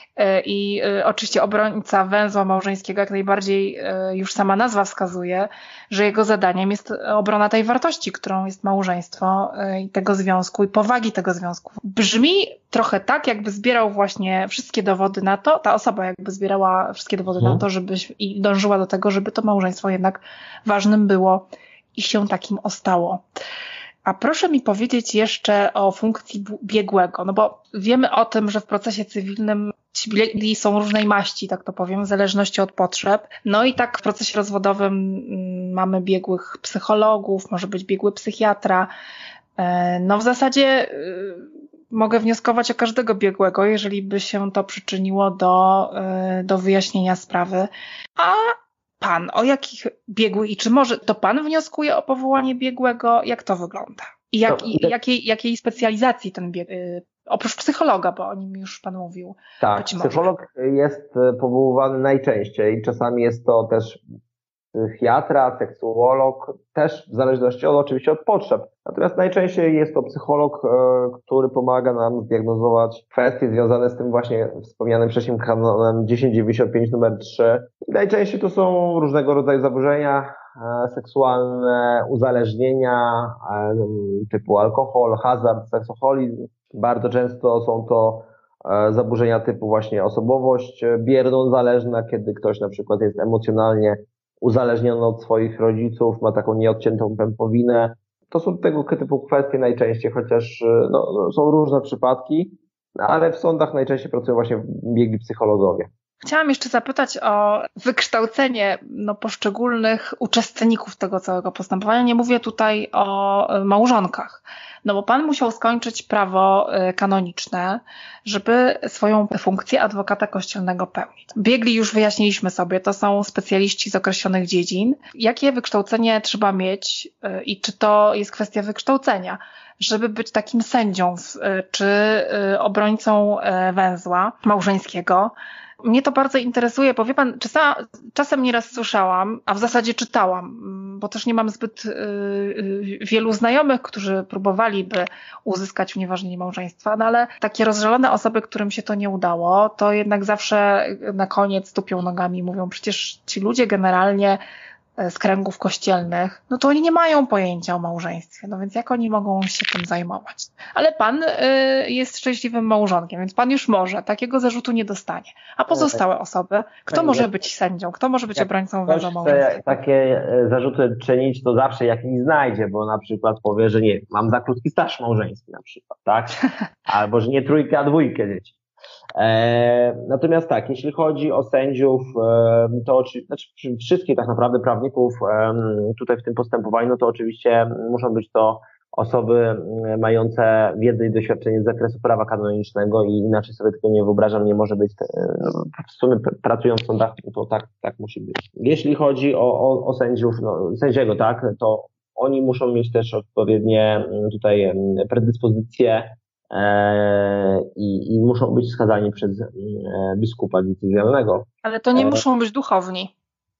Speaker 1: I y, oczywiście obrońca węzła małżeńskiego jak najbardziej y, już sama nazwa wskazuje, że jego zadaniem jest obrona tej wartości, którą jest małżeństwo y, i tego związku i powagi tego związku. Brzmi trochę tak, jakby zbierał właśnie wszystkie dowody na to, ta osoba jakby zbierała wszystkie dowody hmm. na to, żeby i dążyła do tego, żeby to małżeństwo jednak ważnym było i się takim ostało. A proszę mi powiedzieć jeszcze o funkcji biegłego, no bo wiemy o tym, że w procesie cywilnym ci biegli są różnej maści, tak to powiem, w zależności od potrzeb. No i tak w procesie rozwodowym mamy biegłych psychologów, może być biegły psychiatra. No w zasadzie mogę wnioskować o każdego biegłego, jeżeli by się to przyczyniło do, do wyjaśnienia sprawy. A pan, o jakich biegłych i czy może to pan wnioskuje o powołanie biegłego? Jak to wygląda? I, jak, i jakiej, jakiej specjalizacji ten bieg, oprócz psychologa, bo o nim już pan mówił.
Speaker 2: Tak, psycholog jest powoływany najczęściej. Czasami jest to też psychiatra, seksuolog, też w zależności od, oczywiście od potrzeb. Natomiast najczęściej jest to psycholog, który pomaga nam zdiagnozować kwestie związane z tym właśnie wspomnianym wcześniej kanonem tysiąc dziewięćdziesiąt pięć numer trzy. I najczęściej to są różnego rodzaju zaburzenia seksualne, uzależnienia typu alkohol, hazard, seksoholizm. Bardzo często są to zaburzenia typu właśnie osobowość bierno-zależna, kiedy ktoś na przykład jest emocjonalnie uzależniony od swoich rodziców, ma taką nieodciętą pępowinę. To są tego typu kwestie najczęściej, chociaż no, są różne przypadki, ale w sądach najczęściej pracują właśnie biegli psychologowie.
Speaker 1: Chciałam jeszcze zapytać o wykształcenie no, poszczególnych uczestników tego całego postępowania. Nie mówię tutaj o małżonkach, no bo pan musiał skończyć prawo kanoniczne, żeby swoją funkcję adwokata kościelnego pełnić. Biegli, już wyjaśniliśmy sobie, to są specjaliści z określonych dziedzin. Jakie wykształcenie trzeba mieć i czy to jest kwestia wykształcenia, żeby być takim sędzią czy obrońcą węzła małżeńskiego? Mnie to bardzo interesuje, bo wie pan, czasem nieraz słyszałam, a w zasadzie czytałam, bo też nie mam zbyt wielu znajomych, którzy próbowaliby uzyskać unieważnienie małżeństwa, no ale takie rozżalone osoby, którym się to nie udało, to jednak zawsze na koniec tupią nogami i mówią, przecież ci ludzie generalnie z kręgów kościelnych, no to oni nie mają pojęcia o małżeństwie, no więc jak oni mogą się tym zajmować? Ale pan y, jest szczęśliwym małżonkiem, więc pan już może, takiego zarzutu nie dostanie. A pozostałe osoby, kto może być sędzią, kto może być obrońcą węzła małżeńskiego?
Speaker 2: Takie zarzuty czynić, to zawsze jakiś znajdzie, bo na przykład powie, że nie, mam za krótki staż małżeński na przykład, tak? Albo, że nie trójkę, a dwójkę dzieci. E, natomiast tak, jeśli chodzi o sędziów, e, to oczywiście, znaczy wszystkich tak naprawdę prawników e, tutaj w tym postępowaniu, no to oczywiście muszą być to osoby mające wiedzę i doświadczenie z zakresu prawa kanonicznego i inaczej sobie tego nie wyobrażam, nie może być, no, w sumie pracują w sądach, to tak, tak musi być. Jeśli chodzi o, o, o sędziów, no, sędziego, tak, to oni muszą mieć też odpowiednie tutaj predyspozycje I, i muszą być wskazani przez biskupa decyzjonalnego.
Speaker 1: Ale to nie muszą być duchowni.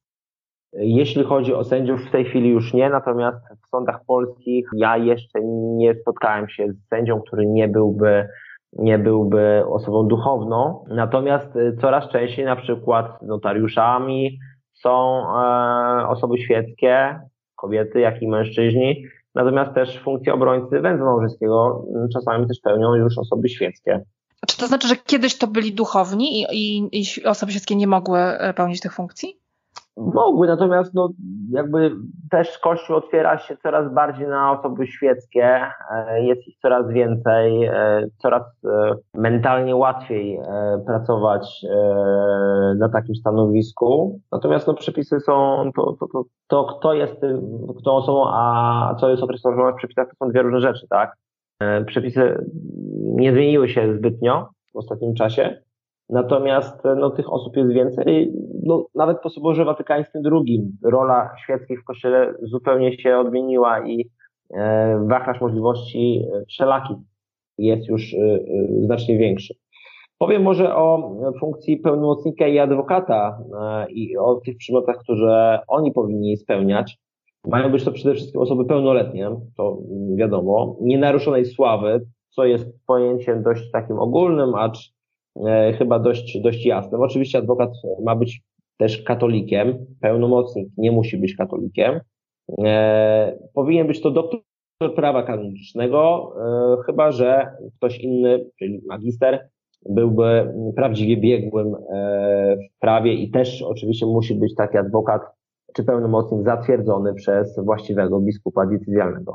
Speaker 2: Jeśli chodzi o sędziów, w tej chwili już nie, natomiast w sądach polskich ja jeszcze nie spotkałem się z sędzią, który nie byłby, nie byłby osobą duchowną. Natomiast coraz częściej na przykład notariuszami są e, osoby świeckie, kobiety, jak i mężczyźni. Natomiast też funkcję obrońcy węzła małżeńskiego czasami też pełnią już osoby świeckie.
Speaker 1: Czy to znaczy, że kiedyś to byli duchowni i, i, i osoby świeckie nie mogły pełnić tych funkcji?
Speaker 2: Mogły, natomiast no, jakby też Kościół otwiera się coraz bardziej na osoby świeckie, jest ich coraz więcej, coraz mentalnie łatwiej pracować na takim stanowisku. Natomiast no, przepisy są, to, to, to, to kto jest tym, tą osobą, a co jest określone w przepisach, to są dwie różne rzeczy, tak? Przepisy nie zmieniły się zbytnio w ostatnim czasie. Natomiast no, tych osób jest więcej. No, nawet po Soborze Watykańskim drugim rola świeckich w Kościele zupełnie się odmieniła i e, wachlarz możliwości wszelakich jest już e, znacznie większy. Powiem może o funkcji pełnomocnika i adwokata e, i o tych przymiotach, które oni powinni spełniać. Mają być to przede wszystkim osoby pełnoletnie, to wiadomo, nienaruszonej sławy, co jest pojęciem dość takim ogólnym, acz E, chyba dość, dość jasnym. Oczywiście adwokat ma być też katolikiem, pełnomocnik nie musi być katolikiem. E, powinien być to doktor prawa kanonicznego, e, chyba że ktoś inny, czyli magister, byłby prawdziwie biegłym e, w prawie i też oczywiście musi być taki adwokat czy pełnomocnik zatwierdzony przez właściwego biskupa decyzjalnego.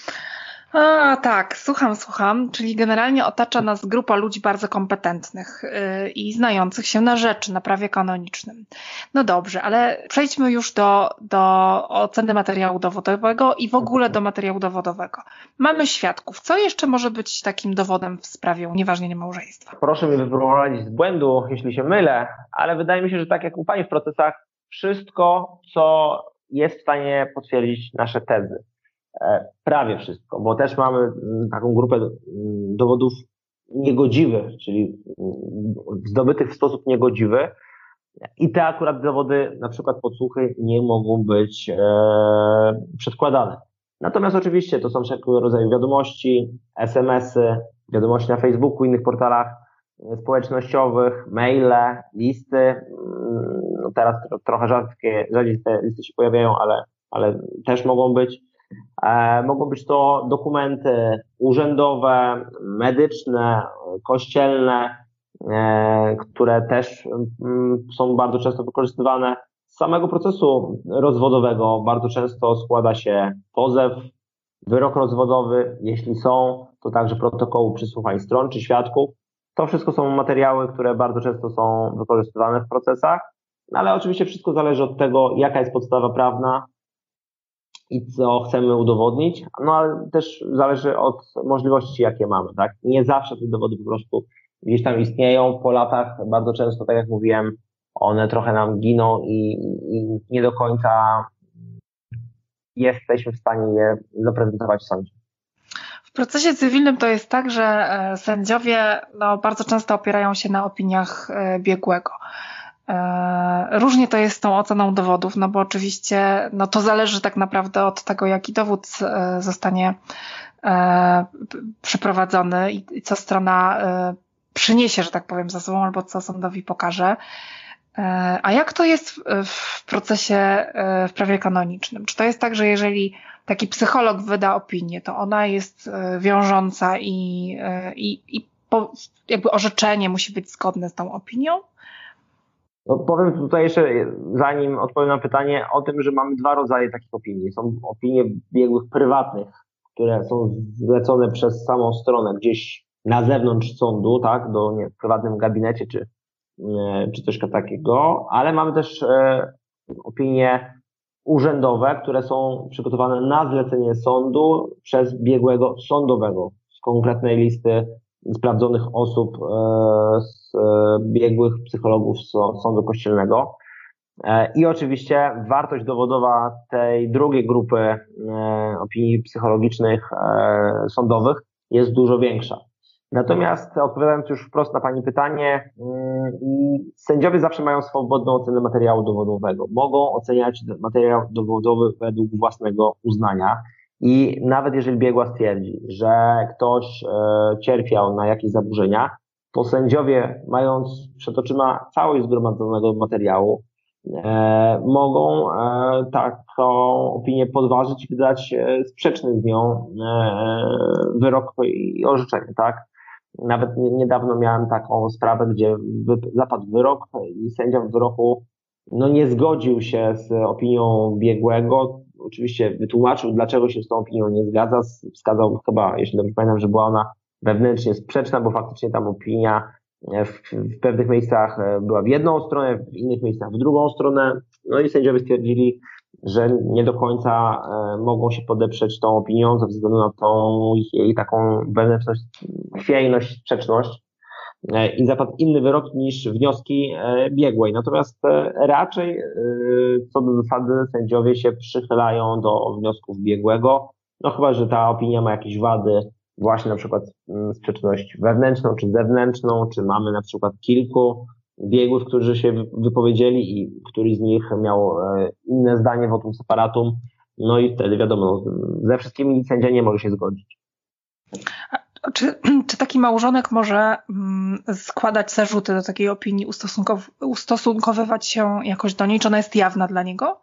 Speaker 1: A, tak, słucham, słucham, czyli generalnie otacza nas grupa ludzi bardzo kompetentnych yy, i znających się na rzeczy, na prawie kanonicznym. No dobrze, ale przejdźmy już do, do oceny materiału dowodowego i w ogóle do materiału dowodowego. Mamy świadków. Co jeszcze może być takim dowodem w sprawie unieważnienia małżeństwa?
Speaker 2: Proszę mnie wyprowadzić z błędu, jeśli się mylę, ale wydaje mi się, że tak jak u Pani w procesach, wszystko, co jest w stanie potwierdzić nasze tezy. Prawie wszystko, bo też mamy taką grupę dowodów niegodziwych, czyli zdobytych w sposób niegodziwy i te akurat dowody, na przykład podsłuchy, nie mogą być e, przedkładane. Natomiast oczywiście to są wszelkiego rodzaju wiadomości, es em esy, wiadomości na Facebooku, innych portalach społecznościowych, maile, listy. No teraz trochę rzadkie, rzadziej te listy się pojawiają, ale, ale też mogą być. E, mogą być to dokumenty urzędowe, medyczne, kościelne, które też są bardzo często wykorzystywane. Z samego procesu rozwodowego bardzo często składa się pozew, wyrok rozwodowy, jeśli są, to także protokołu przesłuchań stron czy świadków. To wszystko są materiały, które bardzo często są wykorzystywane w procesach, ale oczywiście wszystko zależy od tego, jaka jest podstawa prawna i co chcemy udowodnić, no ale też zależy od możliwości, jakie mamy, tak? Nie zawsze te dowody po prostu gdzieś tam istnieją. Po latach bardzo często, tak jak mówiłem, one trochę nam giną i, i nie do końca jesteśmy w stanie je zaprezentować w sądzie.
Speaker 1: W procesie cywilnym to jest tak, że sędziowie no, bardzo często opierają się na opiniach biegłego. Różnie to jest z tą oceną dowodów, no bo oczywiście no, to zależy tak naprawdę od tego, jaki dowód zostanie przeprowadzony i co strona przyniesie, że tak powiem, za sobą albo co sądowi pokaże. A jak to jest w procesie w prawie kanonicznym? Czy to jest tak, że jeżeli taki psycholog wyda opinię, to ona jest wiążąca i, i, i po, jakby orzeczenie musi być zgodne z tą opinią?
Speaker 2: No, powiem tutaj jeszcze, zanim odpowiem na pytanie, o tym, że mamy dwa rodzaje takich opinii. Są opinie biegłych prywatnych, które są zlecone przez samą stronę gdzieś na zewnątrz sądu, tak, do nie, w prywatnym gabinecie czy, czy coś takiego, ale mamy też e, opinie urzędowe, które są przygotowane na zlecenie sądu przez biegłego sądowego z konkretnej listy sprawdzonych osób, z biegłych psychologów z sądu kościelnego. I oczywiście wartość dowodowa tej drugiej grupy opinii psychologicznych sądowych jest dużo większa. Natomiast odpowiadając już wprost na Pani pytanie, sędziowie zawsze mają swobodną ocenę materiału dowodowego. Mogą oceniać materiał dowodowy według własnego uznania. I nawet jeżeli biegła stwierdzi, że ktoś e, cierpiał na jakieś zaburzenia, to sędziowie, mając przed oczyma całość zgromadzonego materiału, e, mogą e, taką opinię podważyć i wydać e, sprzeczny z nią e, wyrok i orzeczenie, tak? Nawet niedawno miałem taką sprawę, gdzie zapadł wyrok i sędzia w wyroku no, nie zgodził się z opinią biegłego. Oczywiście wytłumaczył, dlaczego się z tą opinią nie zgadza. Wskazał chyba, jeśli dobrze pamiętam, że była ona wewnętrznie sprzeczna, bo faktycznie tam opinia w, w pewnych miejscach była w jedną stronę, w innych miejscach w drugą stronę. No i sędziowie stwierdzili, że nie do końca mogą się podeprzeć tą opinią ze względu na tą jej taką wewnętrzność, chwiejność, sprzeczność. I zapadł inny wyrok niż wnioski biegłej. Natomiast raczej co do zasady sędziowie się przychylają do wniosków biegłego, no chyba że ta opinia ma jakieś wady, właśnie na przykład sprzeczność wewnętrzną czy zewnętrzną, czy mamy na przykład kilku biegłych, którzy się wypowiedzieli i któryś z nich miał inne zdanie votum separatum, no i wtedy wiadomo, ze wszystkimi sędzia nie może się zgodzić.
Speaker 1: Czy, czy taki małżonek może składać zarzuty do takiej opinii, ustosunkow- ustosunkowywać się jakoś do niej? Czy ona jest jawna dla niego?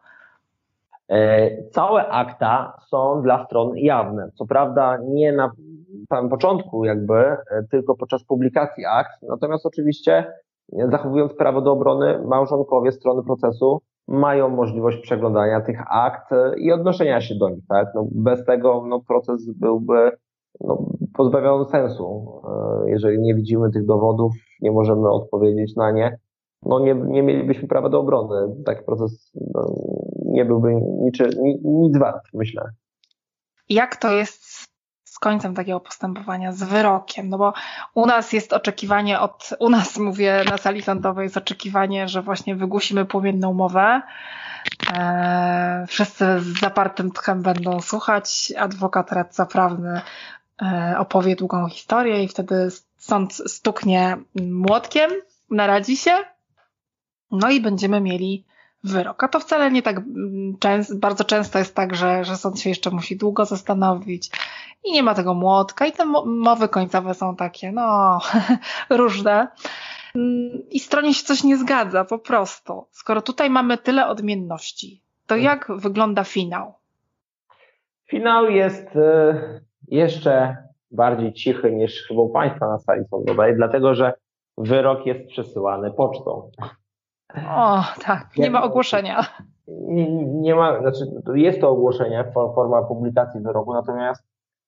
Speaker 2: Całe akta są dla stron jawne. Co prawda nie na samym początku jakby, tylko podczas publikacji akt. Natomiast oczywiście zachowując prawo do obrony, małżonkowie strony procesu mają możliwość przeglądania tych akt i odnoszenia się do nich. Tak? No, bez tego no, proces byłby no, pozbawiony sensu. Jeżeli nie widzimy tych dowodów, nie możemy odpowiedzieć na nie, no nie, nie mielibyśmy prawa do obrony. Taki proces no, nie byłby niczy, nic wart, myślę.
Speaker 1: Jak to jest z końcem takiego postępowania, z wyrokiem? No bo u nas jest oczekiwanie od, u nas mówię na sali sądowej jest oczekiwanie, że właśnie wygłosimy płomienną mowę. Eee, wszyscy z zapartym tchem będą słuchać, adwokat, radca prawny e, opowie długą historię i wtedy sąd stuknie młotkiem, naradzi się, no i będziemy mieli wyrok. A to wcale nie tak często, bardzo często jest tak, że, że sąd się jeszcze musi długo zastanowić i nie ma tego młotka i te mowy końcowe są takie, no, różne. I stronie się coś nie zgadza, po prostu. Skoro tutaj mamy tyle odmienności, to jak wygląda finał?
Speaker 2: Finał jest jeszcze bardziej cichy niż chyba u Państwa na sali sądowej, dlatego że wyrok jest przesyłany pocztą.
Speaker 1: O, tak, nie ma ogłoszenia.
Speaker 2: Nie, nie ma, znaczy jest to ogłoszenie, forma publikacji wyroku, natomiast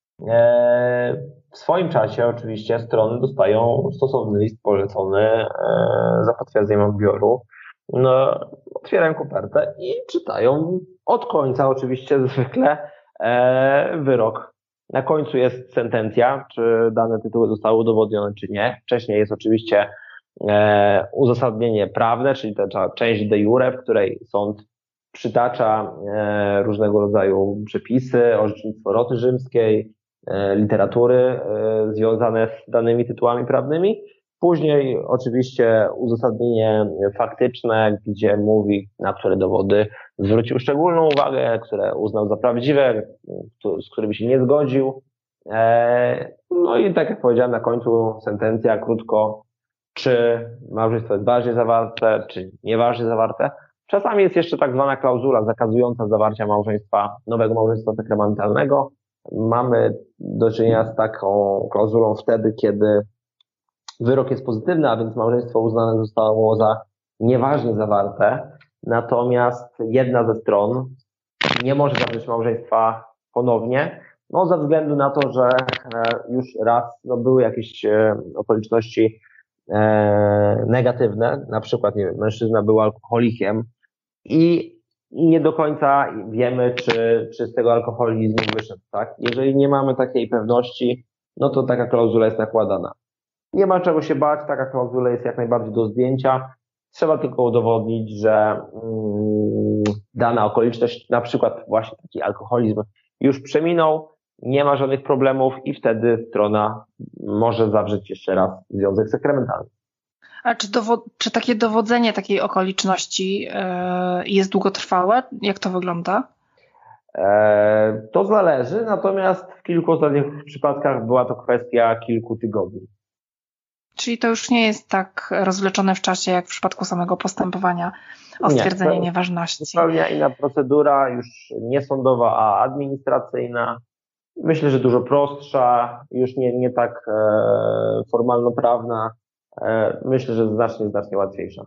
Speaker 2: e, w swoim czasie oczywiście strony dostają stosowny list polecony e, za potwierdzeniem odbioru. No, otwierają kopertę i czytają od końca oczywiście zwykle e, wyrok. Na końcu jest sentencja, czy dane tytuły zostały udowodnione, czy nie. Wcześniej jest oczywiście e, uzasadnienie prawne, czyli ta część de jure, w której sąd przytacza e, różnego rodzaju przepisy, orzecznictwo roty rzymskiej, e, literatury e, związane z danymi tytułami prawnymi. Później oczywiście uzasadnienie faktyczne, gdzie mówi, na które dowody zwrócił szczególną uwagę, które uznał za prawdziwe, z którymi się nie zgodził. No i tak jak powiedziałem, na końcu sentencja krótko, czy małżeństwo jest ważnie zawarte, czy nieważnie zawarte. Czasami jest jeszcze tak zwana klauzula zakazująca zawarcia małżeństwa, nowego małżeństwa sakramentalnego. Mamy do czynienia z taką klauzulą wtedy, kiedy wyrok jest pozytywny, a więc małżeństwo uznane zostało za nieważnie zawarte, natomiast jedna ze stron nie może zawrzeć małżeństwa ponownie, no ze względu na to, że już raz no, były jakieś okoliczności e, negatywne, na przykład nie wiem, mężczyzna był alkoholikiem i nie do końca wiemy, czy, czy z tego alkoholizmu wyszedł, tak? Jeżeli nie mamy takiej pewności, no to taka klauzula jest nakładana. Nie ma czego się bać, taka klauzula jest jak najbardziej do zdjęcia. Trzeba tylko udowodnić, że mm, dana okoliczność, na przykład właśnie taki alkoholizm już przeminął, nie ma żadnych problemów i wtedy strona może zawrzeć jeszcze raz związek sakramentalny.
Speaker 1: A czy, dowo- czy takie dowodzenie takiej okoliczności yy, jest długotrwałe? Jak to wygląda?
Speaker 2: E, to zależy, natomiast w kilku ostatnich przypadkach była to kwestia kilku tygodni.
Speaker 1: Czyli to już nie jest tak rozwleczone w czasie, jak w przypadku samego postępowania o stwierdzenie nie, nieważności.
Speaker 2: Zupełnie inna procedura, już nie sądowa, a administracyjna. Myślę, że dużo prostsza, już nie, nie tak e, formalno-prawna. E, myślę, że znacznie, znacznie łatwiejsza.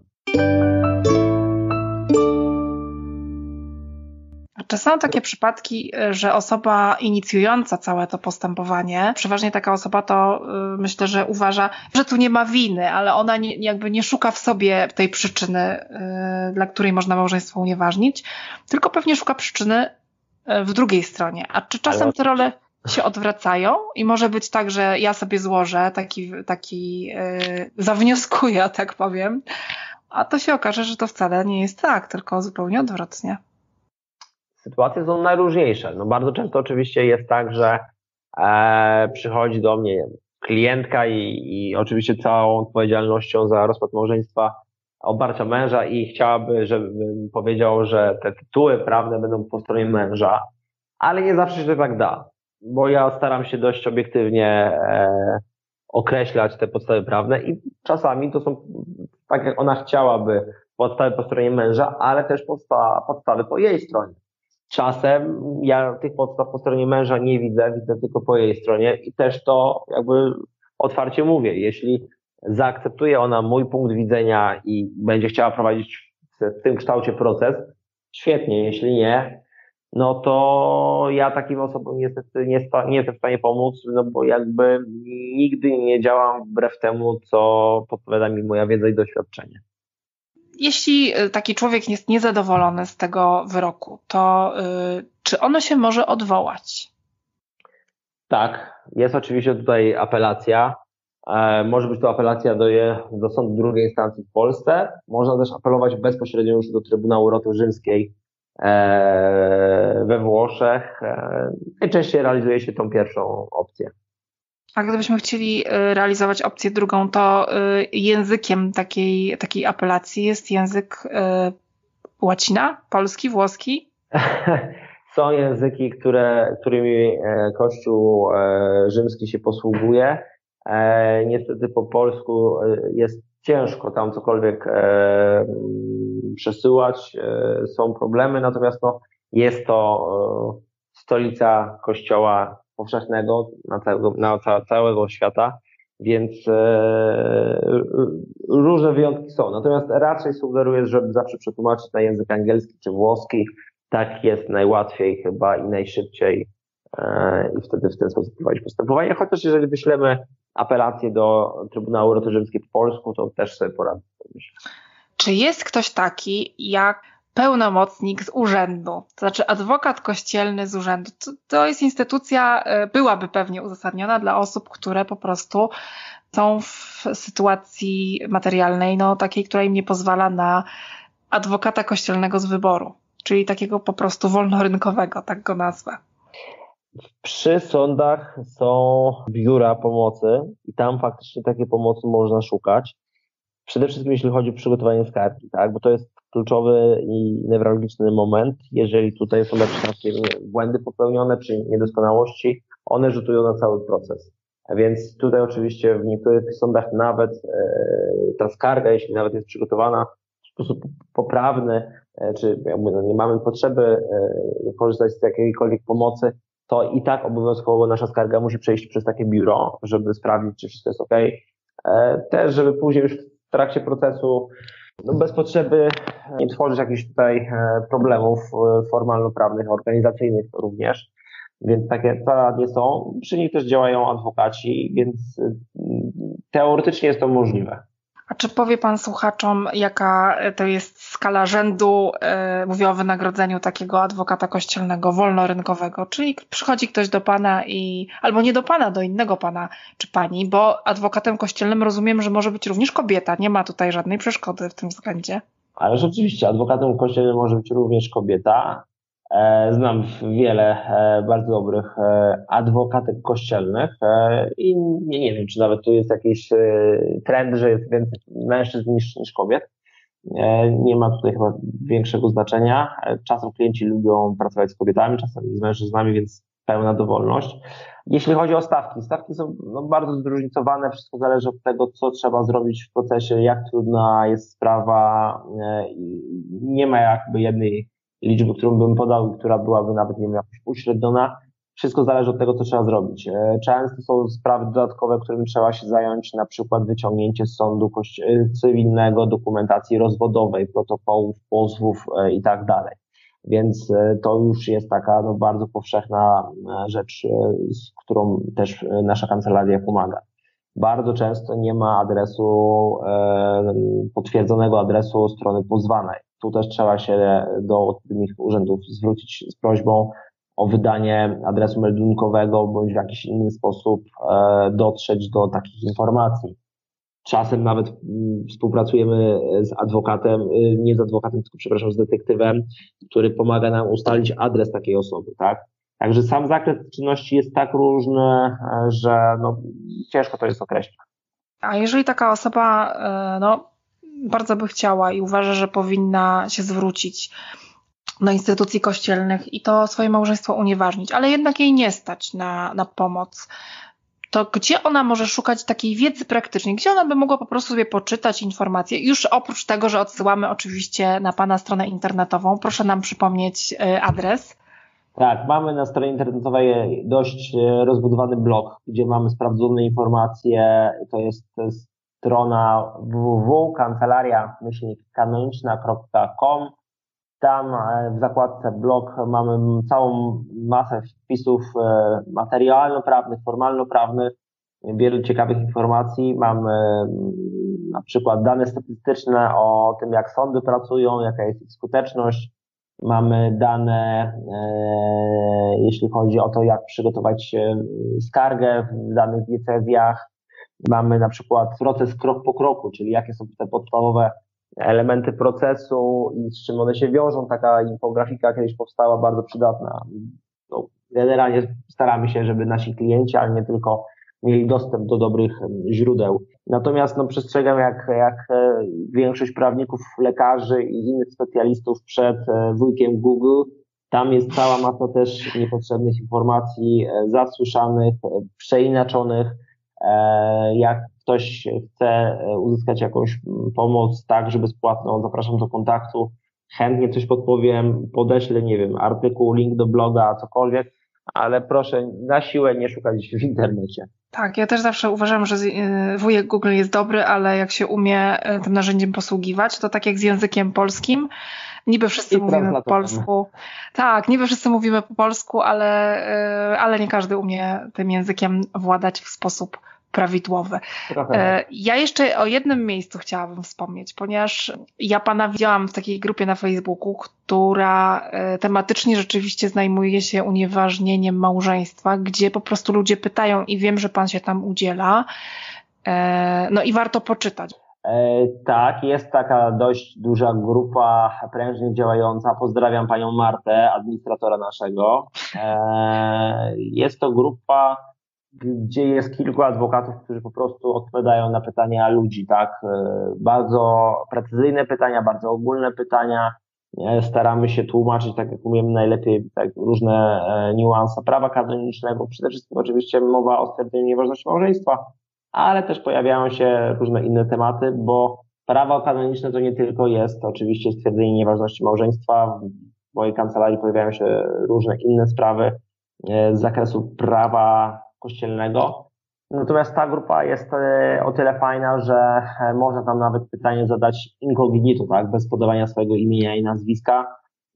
Speaker 1: Czy są takie przypadki, że osoba inicjująca całe to postępowanie, przeważnie taka osoba to yy, myślę, że uważa, że tu nie ma winy, ale ona nie, jakby nie szuka w sobie tej przyczyny, yy, dla której można małżeństwo unieważnić, tylko pewnie szuka przyczyny yy, w drugiej stronie. A czy czasem te role się odwracają i może być tak, że ja sobie złożę, taki, taki yy, zawnioskuję, tak powiem, a to się okaże, że to wcale nie jest tak, tylko zupełnie odwrotnie.
Speaker 2: Sytuacje są najróżniejsze. No bardzo często oczywiście jest tak, że e, przychodzi do mnie klientka i, i oczywiście całą odpowiedzialnością za rozpad małżeństwa obarcza męża i chciałaby, żebym powiedział, że te tytuły prawne będą po stronie męża, ale nie zawsze się to tak da, bo ja staram się dość obiektywnie e, określać te podstawy prawne i czasami to są, tak jak ona chciałaby, podstawy po stronie męża, ale też podsta- podstawy po jej stronie. Czasem ja tych podstaw po stronie męża nie widzę, widzę tylko po jej stronie i też to jakby otwarcie mówię. Jeśli zaakceptuje ona mój punkt widzenia i będzie chciała prowadzić w tym kształcie proces, świetnie. Jeśli nie, no to ja takim osobom niestety nie, sta, nie jestem w stanie pomóc, no bo jakby nigdy nie działam wbrew temu, co podpowiada mi moja wiedza i doświadczenie.
Speaker 1: Jeśli taki człowiek jest niezadowolony z tego wyroku, to yy, czy ono się może odwołać?
Speaker 2: Tak, jest oczywiście tutaj apelacja. E, może być to apelacja do, je, do sądu drugiej instancji w Polsce. Można też apelować bezpośrednio już do Trybunału Roty Rzymskiej e, we Włoszech. E, najczęściej realizuje się tą pierwszą opcję.
Speaker 1: A gdybyśmy chcieli realizować opcję drugą, to językiem takiej, takiej apelacji jest język łacina, polski, włoski?
Speaker 2: Są języki, które, którymi Kościół rzymski się posługuje. Niestety po polsku jest ciężko tam cokolwiek przesyłać. Są problemy, natomiast no, jest to stolica Kościoła powszechnego na całego, na ca, całego świata Więc e, różne wyjątki są. Natomiast raczej sugeruję, żeby zawsze przetłumaczyć na język angielski czy włoski. Tak jest najłatwiej chyba i najszybciej e, i wtedy w ten sposób prowadzić postępowanie. Chociaż jeżeli wyślemy apelację do Trybunału Europejskiego po polsku, to też sobie poradzę.
Speaker 1: Czy jest ktoś taki jak pełnomocnik z urzędu, to znaczy adwokat kościelny z urzędu? To, to jest instytucja, byłaby pewnie uzasadniona dla osób, które po prostu są w sytuacji materialnej, no takiej, która im nie pozwala na adwokata kościelnego z wyboru, czyli takiego po prostu wolnorynkowego, tak go nazwę.
Speaker 2: Przy sądach są biura pomocy i tam faktycznie takiej pomocy można szukać. Przede wszystkim jeśli chodzi o przygotowanie skargi, tak, bo to jest kluczowy i newralgiczny moment. Jeżeli tutaj są jakieś błędy popełnione czy niedoskonałości, one rzutują na cały proces. A więc tutaj oczywiście w niektórych sądach nawet e, ta skarga, jeśli nawet jest przygotowana w sposób poprawny, e, czy jak mówię, no, nie mamy potrzeby e, korzystać z jakiejkolwiek pomocy, to i tak obowiązkowo nasza skarga musi przejść przez takie biuro, żeby sprawdzić, czy wszystko jest ok. E, też, żeby później już w trakcie procesu no bez potrzeby nie tworzyć jakichś tutaj problemów formalno-prawnych, organizacyjnych również. Więc takie nie są. Przy nich też działają adwokaci, więc teoretycznie jest to możliwe.
Speaker 1: A czy powie Pan słuchaczom, jaka to jest skala rzędu, yy, mówię o wynagrodzeniu takiego adwokata kościelnego wolnorynkowego, czyli przychodzi ktoś do Pana i, albo nie do Pana, do innego Pana czy Pani, bo adwokatem kościelnym rozumiem, że może być również kobieta, nie ma tutaj żadnej przeszkody w tym względzie.
Speaker 2: Ale rzeczywiście adwokatem kościelnym może być również kobieta. Znam wiele bardzo dobrych adwokatek kościelnych i nie, nie wiem, czy nawet tu jest jakiś trend, że jest więcej mężczyzn niż, niż kobiet. Nie ma tutaj chyba większego znaczenia. Czasem klienci lubią pracować z kobietami, czasem z mężczyznami, więc pełna dowolność. Jeśli chodzi o stawki, stawki są no, bardzo zróżnicowane, wszystko zależy od tego, co trzeba zrobić w procesie, jak trudna jest sprawa. Nie ma jakby jednej liczby, którą bym podał, która byłaby nawet, nie wiem, jakoś uśredniona. Wszystko zależy od tego, co trzeba zrobić. Często są sprawy dodatkowe, którymi trzeba się zająć, na przykład wyciągnięcie z sądu cywilnego, dokumentacji rozwodowej, protokołów, pozwów i tak dalej. Więc to już jest taka no, bardzo powszechna rzecz, z którą też nasza kancelaria pomaga. Bardzo często nie ma adresu, e, potwierdzonego adresu strony pozwanej. Tu też trzeba się do odpowiednich urzędów zwrócić z prośbą o wydanie adresu meldunkowego bądź w jakiś inny sposób e, dotrzeć do takich informacji. Czasem nawet m, współpracujemy z adwokatem, y, nie z adwokatem, tylko przepraszam, z detektywem, który pomaga nam ustalić adres takiej osoby, tak? Także sam zakres czynności jest tak różny, że no, ciężko to jest określić.
Speaker 1: A jeżeli taka osoba no, bardzo by chciała i uważa, że powinna się zwrócić do instytucji kościelnych i to swoje małżeństwo unieważnić, ale jednak jej nie stać na, na pomoc, to gdzie ona może szukać takiej wiedzy praktycznej? Gdzie ona by mogła po prostu sobie poczytać informacje? Już oprócz tego, że odsyłamy oczywiście na Pana stronę internetową, proszę nam przypomnieć adres.
Speaker 2: Tak, mamy na stronie internetowej dość rozbudowany blog, gdzie mamy sprawdzone informacje. To jest strona w w w kropka kancelaria myślnik kanoniczna kropka com. Tam w zakładce blog mamy całą masę wpisów materialno-prawnych, formalno-prawnych, wielu ciekawych informacji. Mamy na przykład dane statystyczne o tym, jak sądy pracują, jaka jest ich skuteczność. Mamy dane, e, jeśli chodzi o to, jak przygotować skargę w danych diecezjach. Mamy na przykład proces krok po kroku, czyli jakie są te podstawowe elementy procesu i z czym one się wiążą. Taka infografika kiedyś powstała, bardzo przydatna. No, generalnie staramy się, żeby nasi klienci, ale nie tylko, mieli dostęp do dobrych źródeł. Natomiast no, przestrzegam, jak, jak większość prawników, lekarzy i innych specjalistów przed wujkiem Google. Tam jest cała masa też niepotrzebnych informacji, zasłyszanych, przeinaczonych. Jak ktoś chce uzyskać jakąś pomoc tak, żeby spłatną, zapraszam do kontaktu. Chętnie coś podpowiem, podeślę, nie wiem, artykuł, link do bloga, cokolwiek, ale proszę na siłę nie szukać w internecie.
Speaker 1: Tak, ja też zawsze uważam, że wujek Google jest dobry, ale jak się umie tym narzędziem posługiwać, to tak jak z językiem polskim, niby wszyscy I mówimy po polsku. Tak, niby wszyscy mówimy po polsku, ale, ale nie każdy umie tym językiem władać w sposób prawidłowy. Trochę. Ja jeszcze o jednym miejscu chciałabym wspomnieć, ponieważ ja pana widziałam w takiej grupie na Facebooku, która tematycznie rzeczywiście zajmuje się unieważnieniem małżeństwa, gdzie po prostu ludzie pytają i wiem, że pan się tam udziela. No i warto poczytać.
Speaker 3: E, tak, jest taka dość duża grupa prężnie działająca. Pozdrawiam panią Martę, administratora naszego. E, jest to grupa, gdzie jest kilku adwokatów, którzy po prostu odpowiadają na pytania ludzi, tak? Bardzo precyzyjne pytania, bardzo ogólne pytania. Staramy się tłumaczyć, tak jak umiemy najlepiej, tak, różne niuanse prawa kanonicznego. Przede wszystkim oczywiście mowa o stwierdzeniu nieważności małżeństwa, ale też pojawiają się różne inne tematy, bo prawo kanoniczne to nie tylko jest oczywiście stwierdzenie nieważności małżeństwa. W mojej kancelarii pojawiają się różne inne sprawy z zakresu prawa kościelnego. Natomiast ta grupa jest o tyle fajna, że można tam nawet pytanie zadać incognito, tak, bez podawania swojego imienia i nazwiska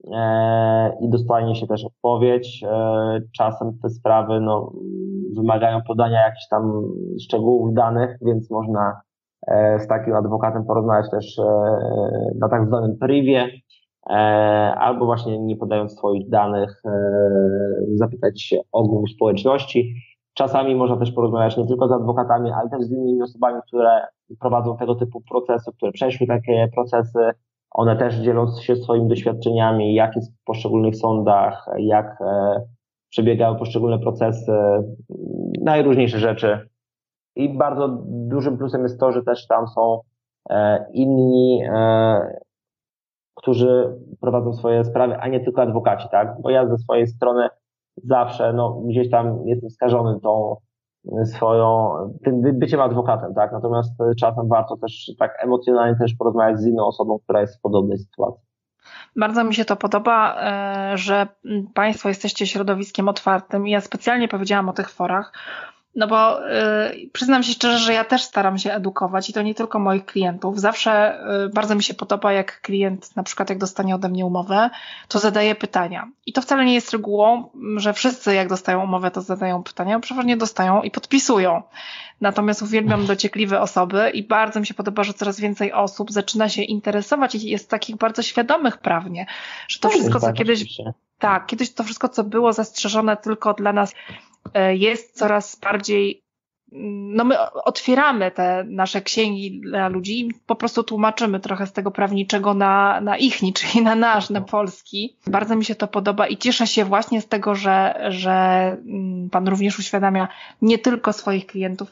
Speaker 3: e, i dostanie się też odpowiedź. E, czasem te sprawy no, wymagają podania jakichś tam szczegółów danych, więc można e, z takim adwokatem porozmawiać też e, na tak zwanym privie, e, albo właśnie nie podając swoich danych e, zapytać się ogółu społeczności. Czasami można też porozmawiać nie tylko z adwokatami, ale też z innymi osobami, które prowadzą tego typu procesy, które przeszły takie procesy. One też dzielą się swoimi doświadczeniami, jak jest w poszczególnych sądach, jak e, przebiegały poszczególne procesy, najróżniejsze rzeczy. I bardzo dużym plusem jest to, że też tam są e, inni, e, którzy prowadzą swoje sprawy, a nie tylko adwokaci, tak? Bo ja ze swojej strony zawsze, no, gdzieś tam jestem skażony tą swoją, tym byciem adwokatem, tak? Natomiast czasem warto też tak emocjonalnie też porozmawiać z inną osobą, która jest w podobnej sytuacji.
Speaker 1: Bardzo mi się to podoba, że Państwo jesteście środowiskiem otwartym i ja specjalnie powiedziałam o tych forach, no bo y, przyznam się szczerze, że ja też staram się edukować i to nie tylko moich klientów. Zawsze y, bardzo mi się podoba, jak klient, na przykład jak dostanie ode mnie umowę, to zadaje pytania. I to wcale nie jest regułą, że wszyscy jak dostają umowę, to zadają pytania, przeważnie dostają i podpisują. Natomiast uwielbiam dociekliwe osoby i bardzo mi się podoba, że coraz więcej osób zaczyna się interesować i jest takich bardzo świadomych prawnie, że to wszystko, co kiedyś... Tak, kiedyś to wszystko, co było zastrzeżone tylko dla nas, jest coraz bardziej, no my otwieramy te nasze księgi dla ludzi i po prostu tłumaczymy trochę z tego prawniczego na, na ichni, czyli na nasz, na polski. Bardzo mi się to podoba i cieszę się właśnie z tego, że, że Pan również uświadamia nie tylko swoich klientów.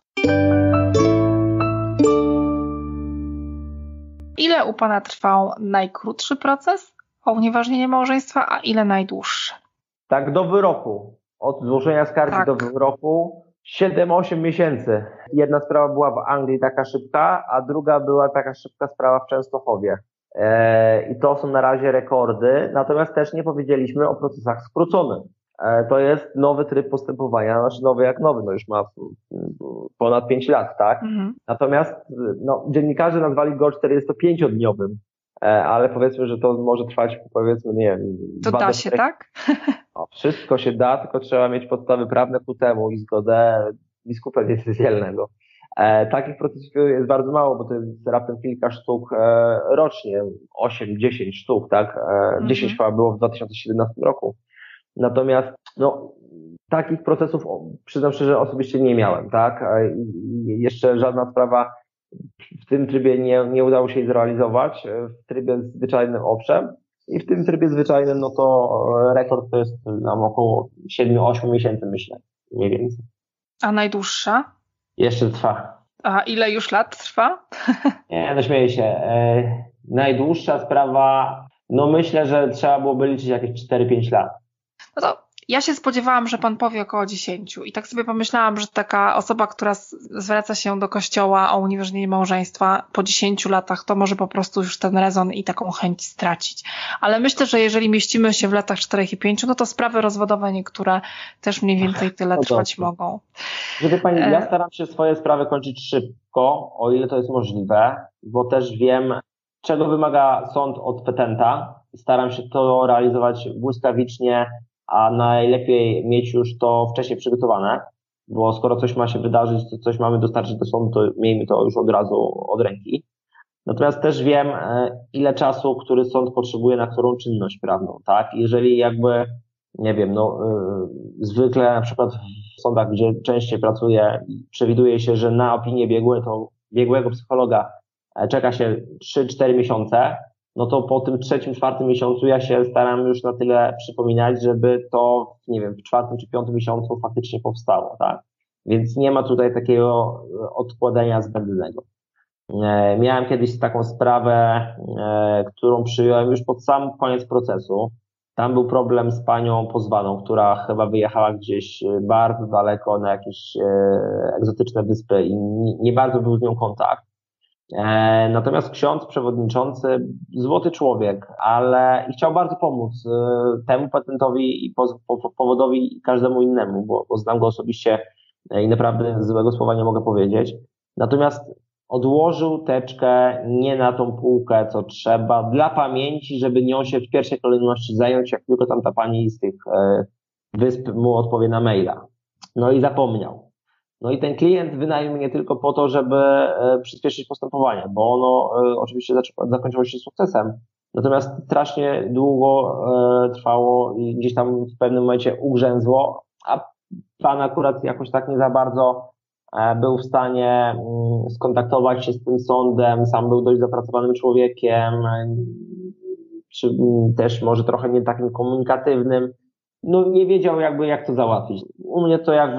Speaker 1: Ile u Pana trwał najkrótszy proces o unieważnienie małżeństwa, a ile najdłuższy?
Speaker 2: Tak, do wyroku. Od złożenia skargi tak. do wyroku siedem osiem miesięcy. Jedna sprawa była w Anglii taka szybka, a druga była taka szybka sprawa w Częstochowie. E, I to są na razie rekordy. Natomiast też nie powiedzieliśmy o procesach skróconych. E, to jest nowy tryb postępowania, znaczy nowy jak nowy, no już ma ponad pięć lat, tak? Mhm. Natomiast no, dziennikarze nazwali go czterdziestopięciodniowym. Ale powiedzmy, że to może trwać, powiedzmy, nie wiem...
Speaker 1: To da się, tak?
Speaker 2: No, wszystko się da, tylko trzeba mieć podstawy prawne ku temu i zgodę biskupa diecezjalnego. E, takich procesów jest bardzo mało, bo to jest raptem kilka sztuk e, rocznie, osiem dziesięć sztuk, tak? E, mhm. dziesięć chyba było w dwa tysiące siedemnastym roku. Natomiast, no, takich procesów, przyznam szczerze, osobiście nie miałem, tak? E, i jeszcze żadna sprawa w tym trybie nie, nie udało się jej zrealizować, w trybie zwyczajnym owszem i w tym trybie zwyczajnym no to rekord to jest nam około siedem osiem miesięcy, myślę, mniej więcej.
Speaker 1: A najdłuższa?
Speaker 2: Jeszcze trwa.
Speaker 1: A ile już lat trwa?
Speaker 2: Nie, no śmieję się. E, najdłuższa sprawa, no myślę, że trzeba byłoby liczyć jakieś cztery pięć lat.
Speaker 1: No to Ja się spodziewałam, że pan powie około dziesięciu i tak sobie pomyślałam, że taka osoba, która zwraca się do kościoła o uniewinnienie małżeństwa po dziesięciu latach, to może po prostu już ten rezon i taką chęć stracić. Ale myślę, że jeżeli mieścimy się w latach czterech i pięciu, no to sprawy rozwodowe niektóre też mniej więcej tyle trwać mogą.
Speaker 3: Wie pani, ja staram się swoje sprawy kończyć szybko, o ile to jest możliwe, bo też wiem, czego wymaga sąd od petenta. Staram się to realizować błyskawicznie, a najlepiej mieć już to wcześniej przygotowane, bo skoro coś ma się wydarzyć, to coś mamy dostarczyć do sądu, to miejmy to już od razu od ręki. Natomiast też wiem, ile czasu, który sąd potrzebuje na którą czynność prawną, tak? Jeżeli jakby, nie wiem, no yy, zwykle na przykład w sądach, gdzie częściej pracuję, przewiduje się, że na opinię biegłe, to biegłego psychologa czeka się trzy cztery miesiące, no to po tym trzecim, czwartym miesiącu ja się staram już na tyle przypominać, żeby to, nie wiem, w czwartym czy piątym miesiącu faktycznie powstało, tak? Więc nie ma tutaj takiego odkładania zbędnego. E, miałem kiedyś taką sprawę, e, którą przyjąłem już pod sam koniec procesu. Tam był problem z panią pozwaną, która chyba wyjechała gdzieś bardzo daleko na jakieś e, egzotyczne wyspy i nie, nie bardzo był z nią kontakt. E, natomiast ksiądz przewodniczący, złoty człowiek, ale i chciał bardzo pomóc e, temu petentowi i po, po, powodowi i każdemu innemu, bo, bo znam go osobiście e, i naprawdę złego słowa nie mogę powiedzieć. Natomiast odłożył teczkę nie na tą półkę, co trzeba, dla pamięci, żeby nią się w pierwszej kolejności zająć, jak tylko tam ta pani z tych e, wysp mu odpowie na maila. No i zapomniał. No i ten klient wynajął mnie tylko po to, żeby e, przyspieszyć postępowanie, bo ono e, oczywiście zaczę- zakończyło się sukcesem. Natomiast strasznie długo e, trwało i gdzieś tam w pewnym momencie ugrzęzło, a pan akurat jakoś tak nie za bardzo e, był w stanie m, skontaktować się z tym sądem, sam był dość zapracowanym człowiekiem, e, czy m, też może trochę nie takim komunikatywnym. No nie wiedział jakby jak to załatwić. U mnie to jakby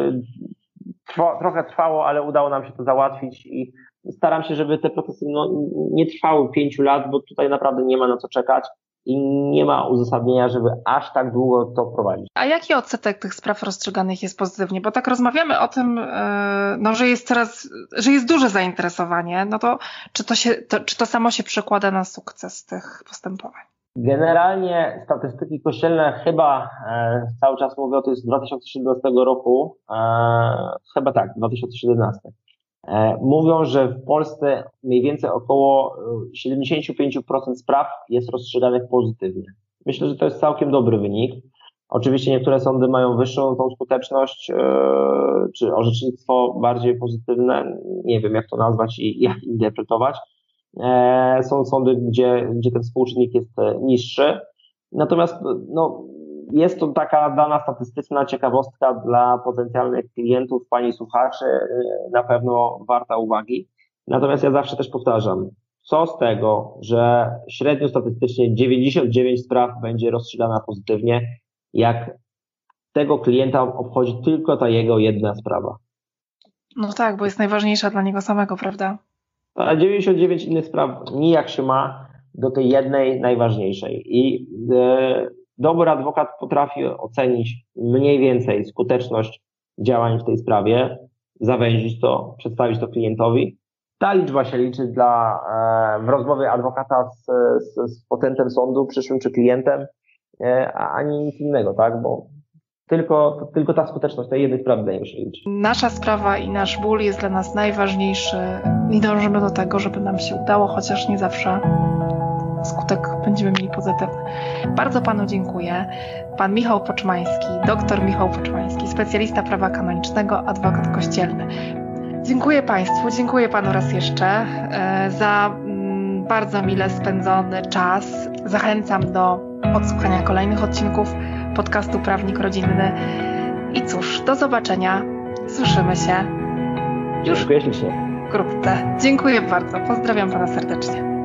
Speaker 3: Trwa, trochę trwało, ale udało nam się to załatwić i staram się, żeby te procesy no, nie trwały pięciu lat, bo tutaj naprawdę nie ma na co czekać i nie ma uzasadnienia, żeby aż tak długo to prowadzić.
Speaker 1: A jaki odsetek tych spraw rozstrzyganych jest pozytywnie? Bo tak rozmawiamy o tym, no, że jest coraz, że jest duże zainteresowanie, no to czy to się, to, czy to samo się przekłada na sukces tych postępowań?
Speaker 3: Generalnie statystyki kościelne chyba, e, cały czas mówię o tym z dwa tysiące siedemnastego roku, e, chyba tak, dwa tysiące siedemnasty, e, mówią, że w Polsce mniej więcej około siedemdziesiąt pięć procent spraw jest rozstrzyganych pozytywnie. Myślę, że to jest całkiem dobry wynik. Oczywiście niektóre sądy mają wyższą tą skuteczność, e, czy orzecznictwo bardziej pozytywne, nie wiem jak to nazwać i jak interpretować. Są sądy, gdzie, gdzie ten współczynnik jest niższy. Natomiast no, jest to taka dana statystyczna ciekawostka dla potencjalnych klientów, pani słuchaczy, na pewno warta uwagi. Natomiast ja zawsze też powtarzam, co z tego, że średnio statystycznie dziewięćdziesiąt dziewięć spraw będzie rozstrzygana pozytywnie, jak tego klienta obchodzi tylko ta jego jedna sprawa.
Speaker 1: No tak, bo jest najważniejsza dla niego samego, prawda?
Speaker 3: A dziewięćdziesiąt dziewięć innych spraw nijak się ma do tej jednej najważniejszej. I e, dobry adwokat potrafi ocenić mniej więcej skuteczność działań w tej sprawie, zawęzić to, przedstawić to klientowi. Ta liczba się liczy dla, e, w rozmowie adwokata z, z, z potentem sądu, przyszłym czy klientem, e, a ani nic innego, tak? Bo Tylko, tylko ta skuteczność tej jednej sprawy daje się liczyć.
Speaker 1: Nasza sprawa i nasz ból jest dla nas najważniejszy i dążymy do tego, żeby nam się udało, chociaż nie zawsze skutek będziemy mieli pozytywny. Bardzo panu dziękuję. Pan Michał Poczmański, doktor Michał Poczmański, specjalista prawa kanonicznego, adwokat kościelny. Dziękuję państwu, dziękuję panu raz jeszcze za bardzo mile spędzony czas. Zachęcam do odsłuchania kolejnych odcinków podcastu Prawnik Rodzinny. I cóż, do zobaczenia. Słyszymy się już
Speaker 3: Dziękuję ślicznie.
Speaker 1: wkrótce. Dziękuję bardzo. Pozdrawiam pana serdecznie.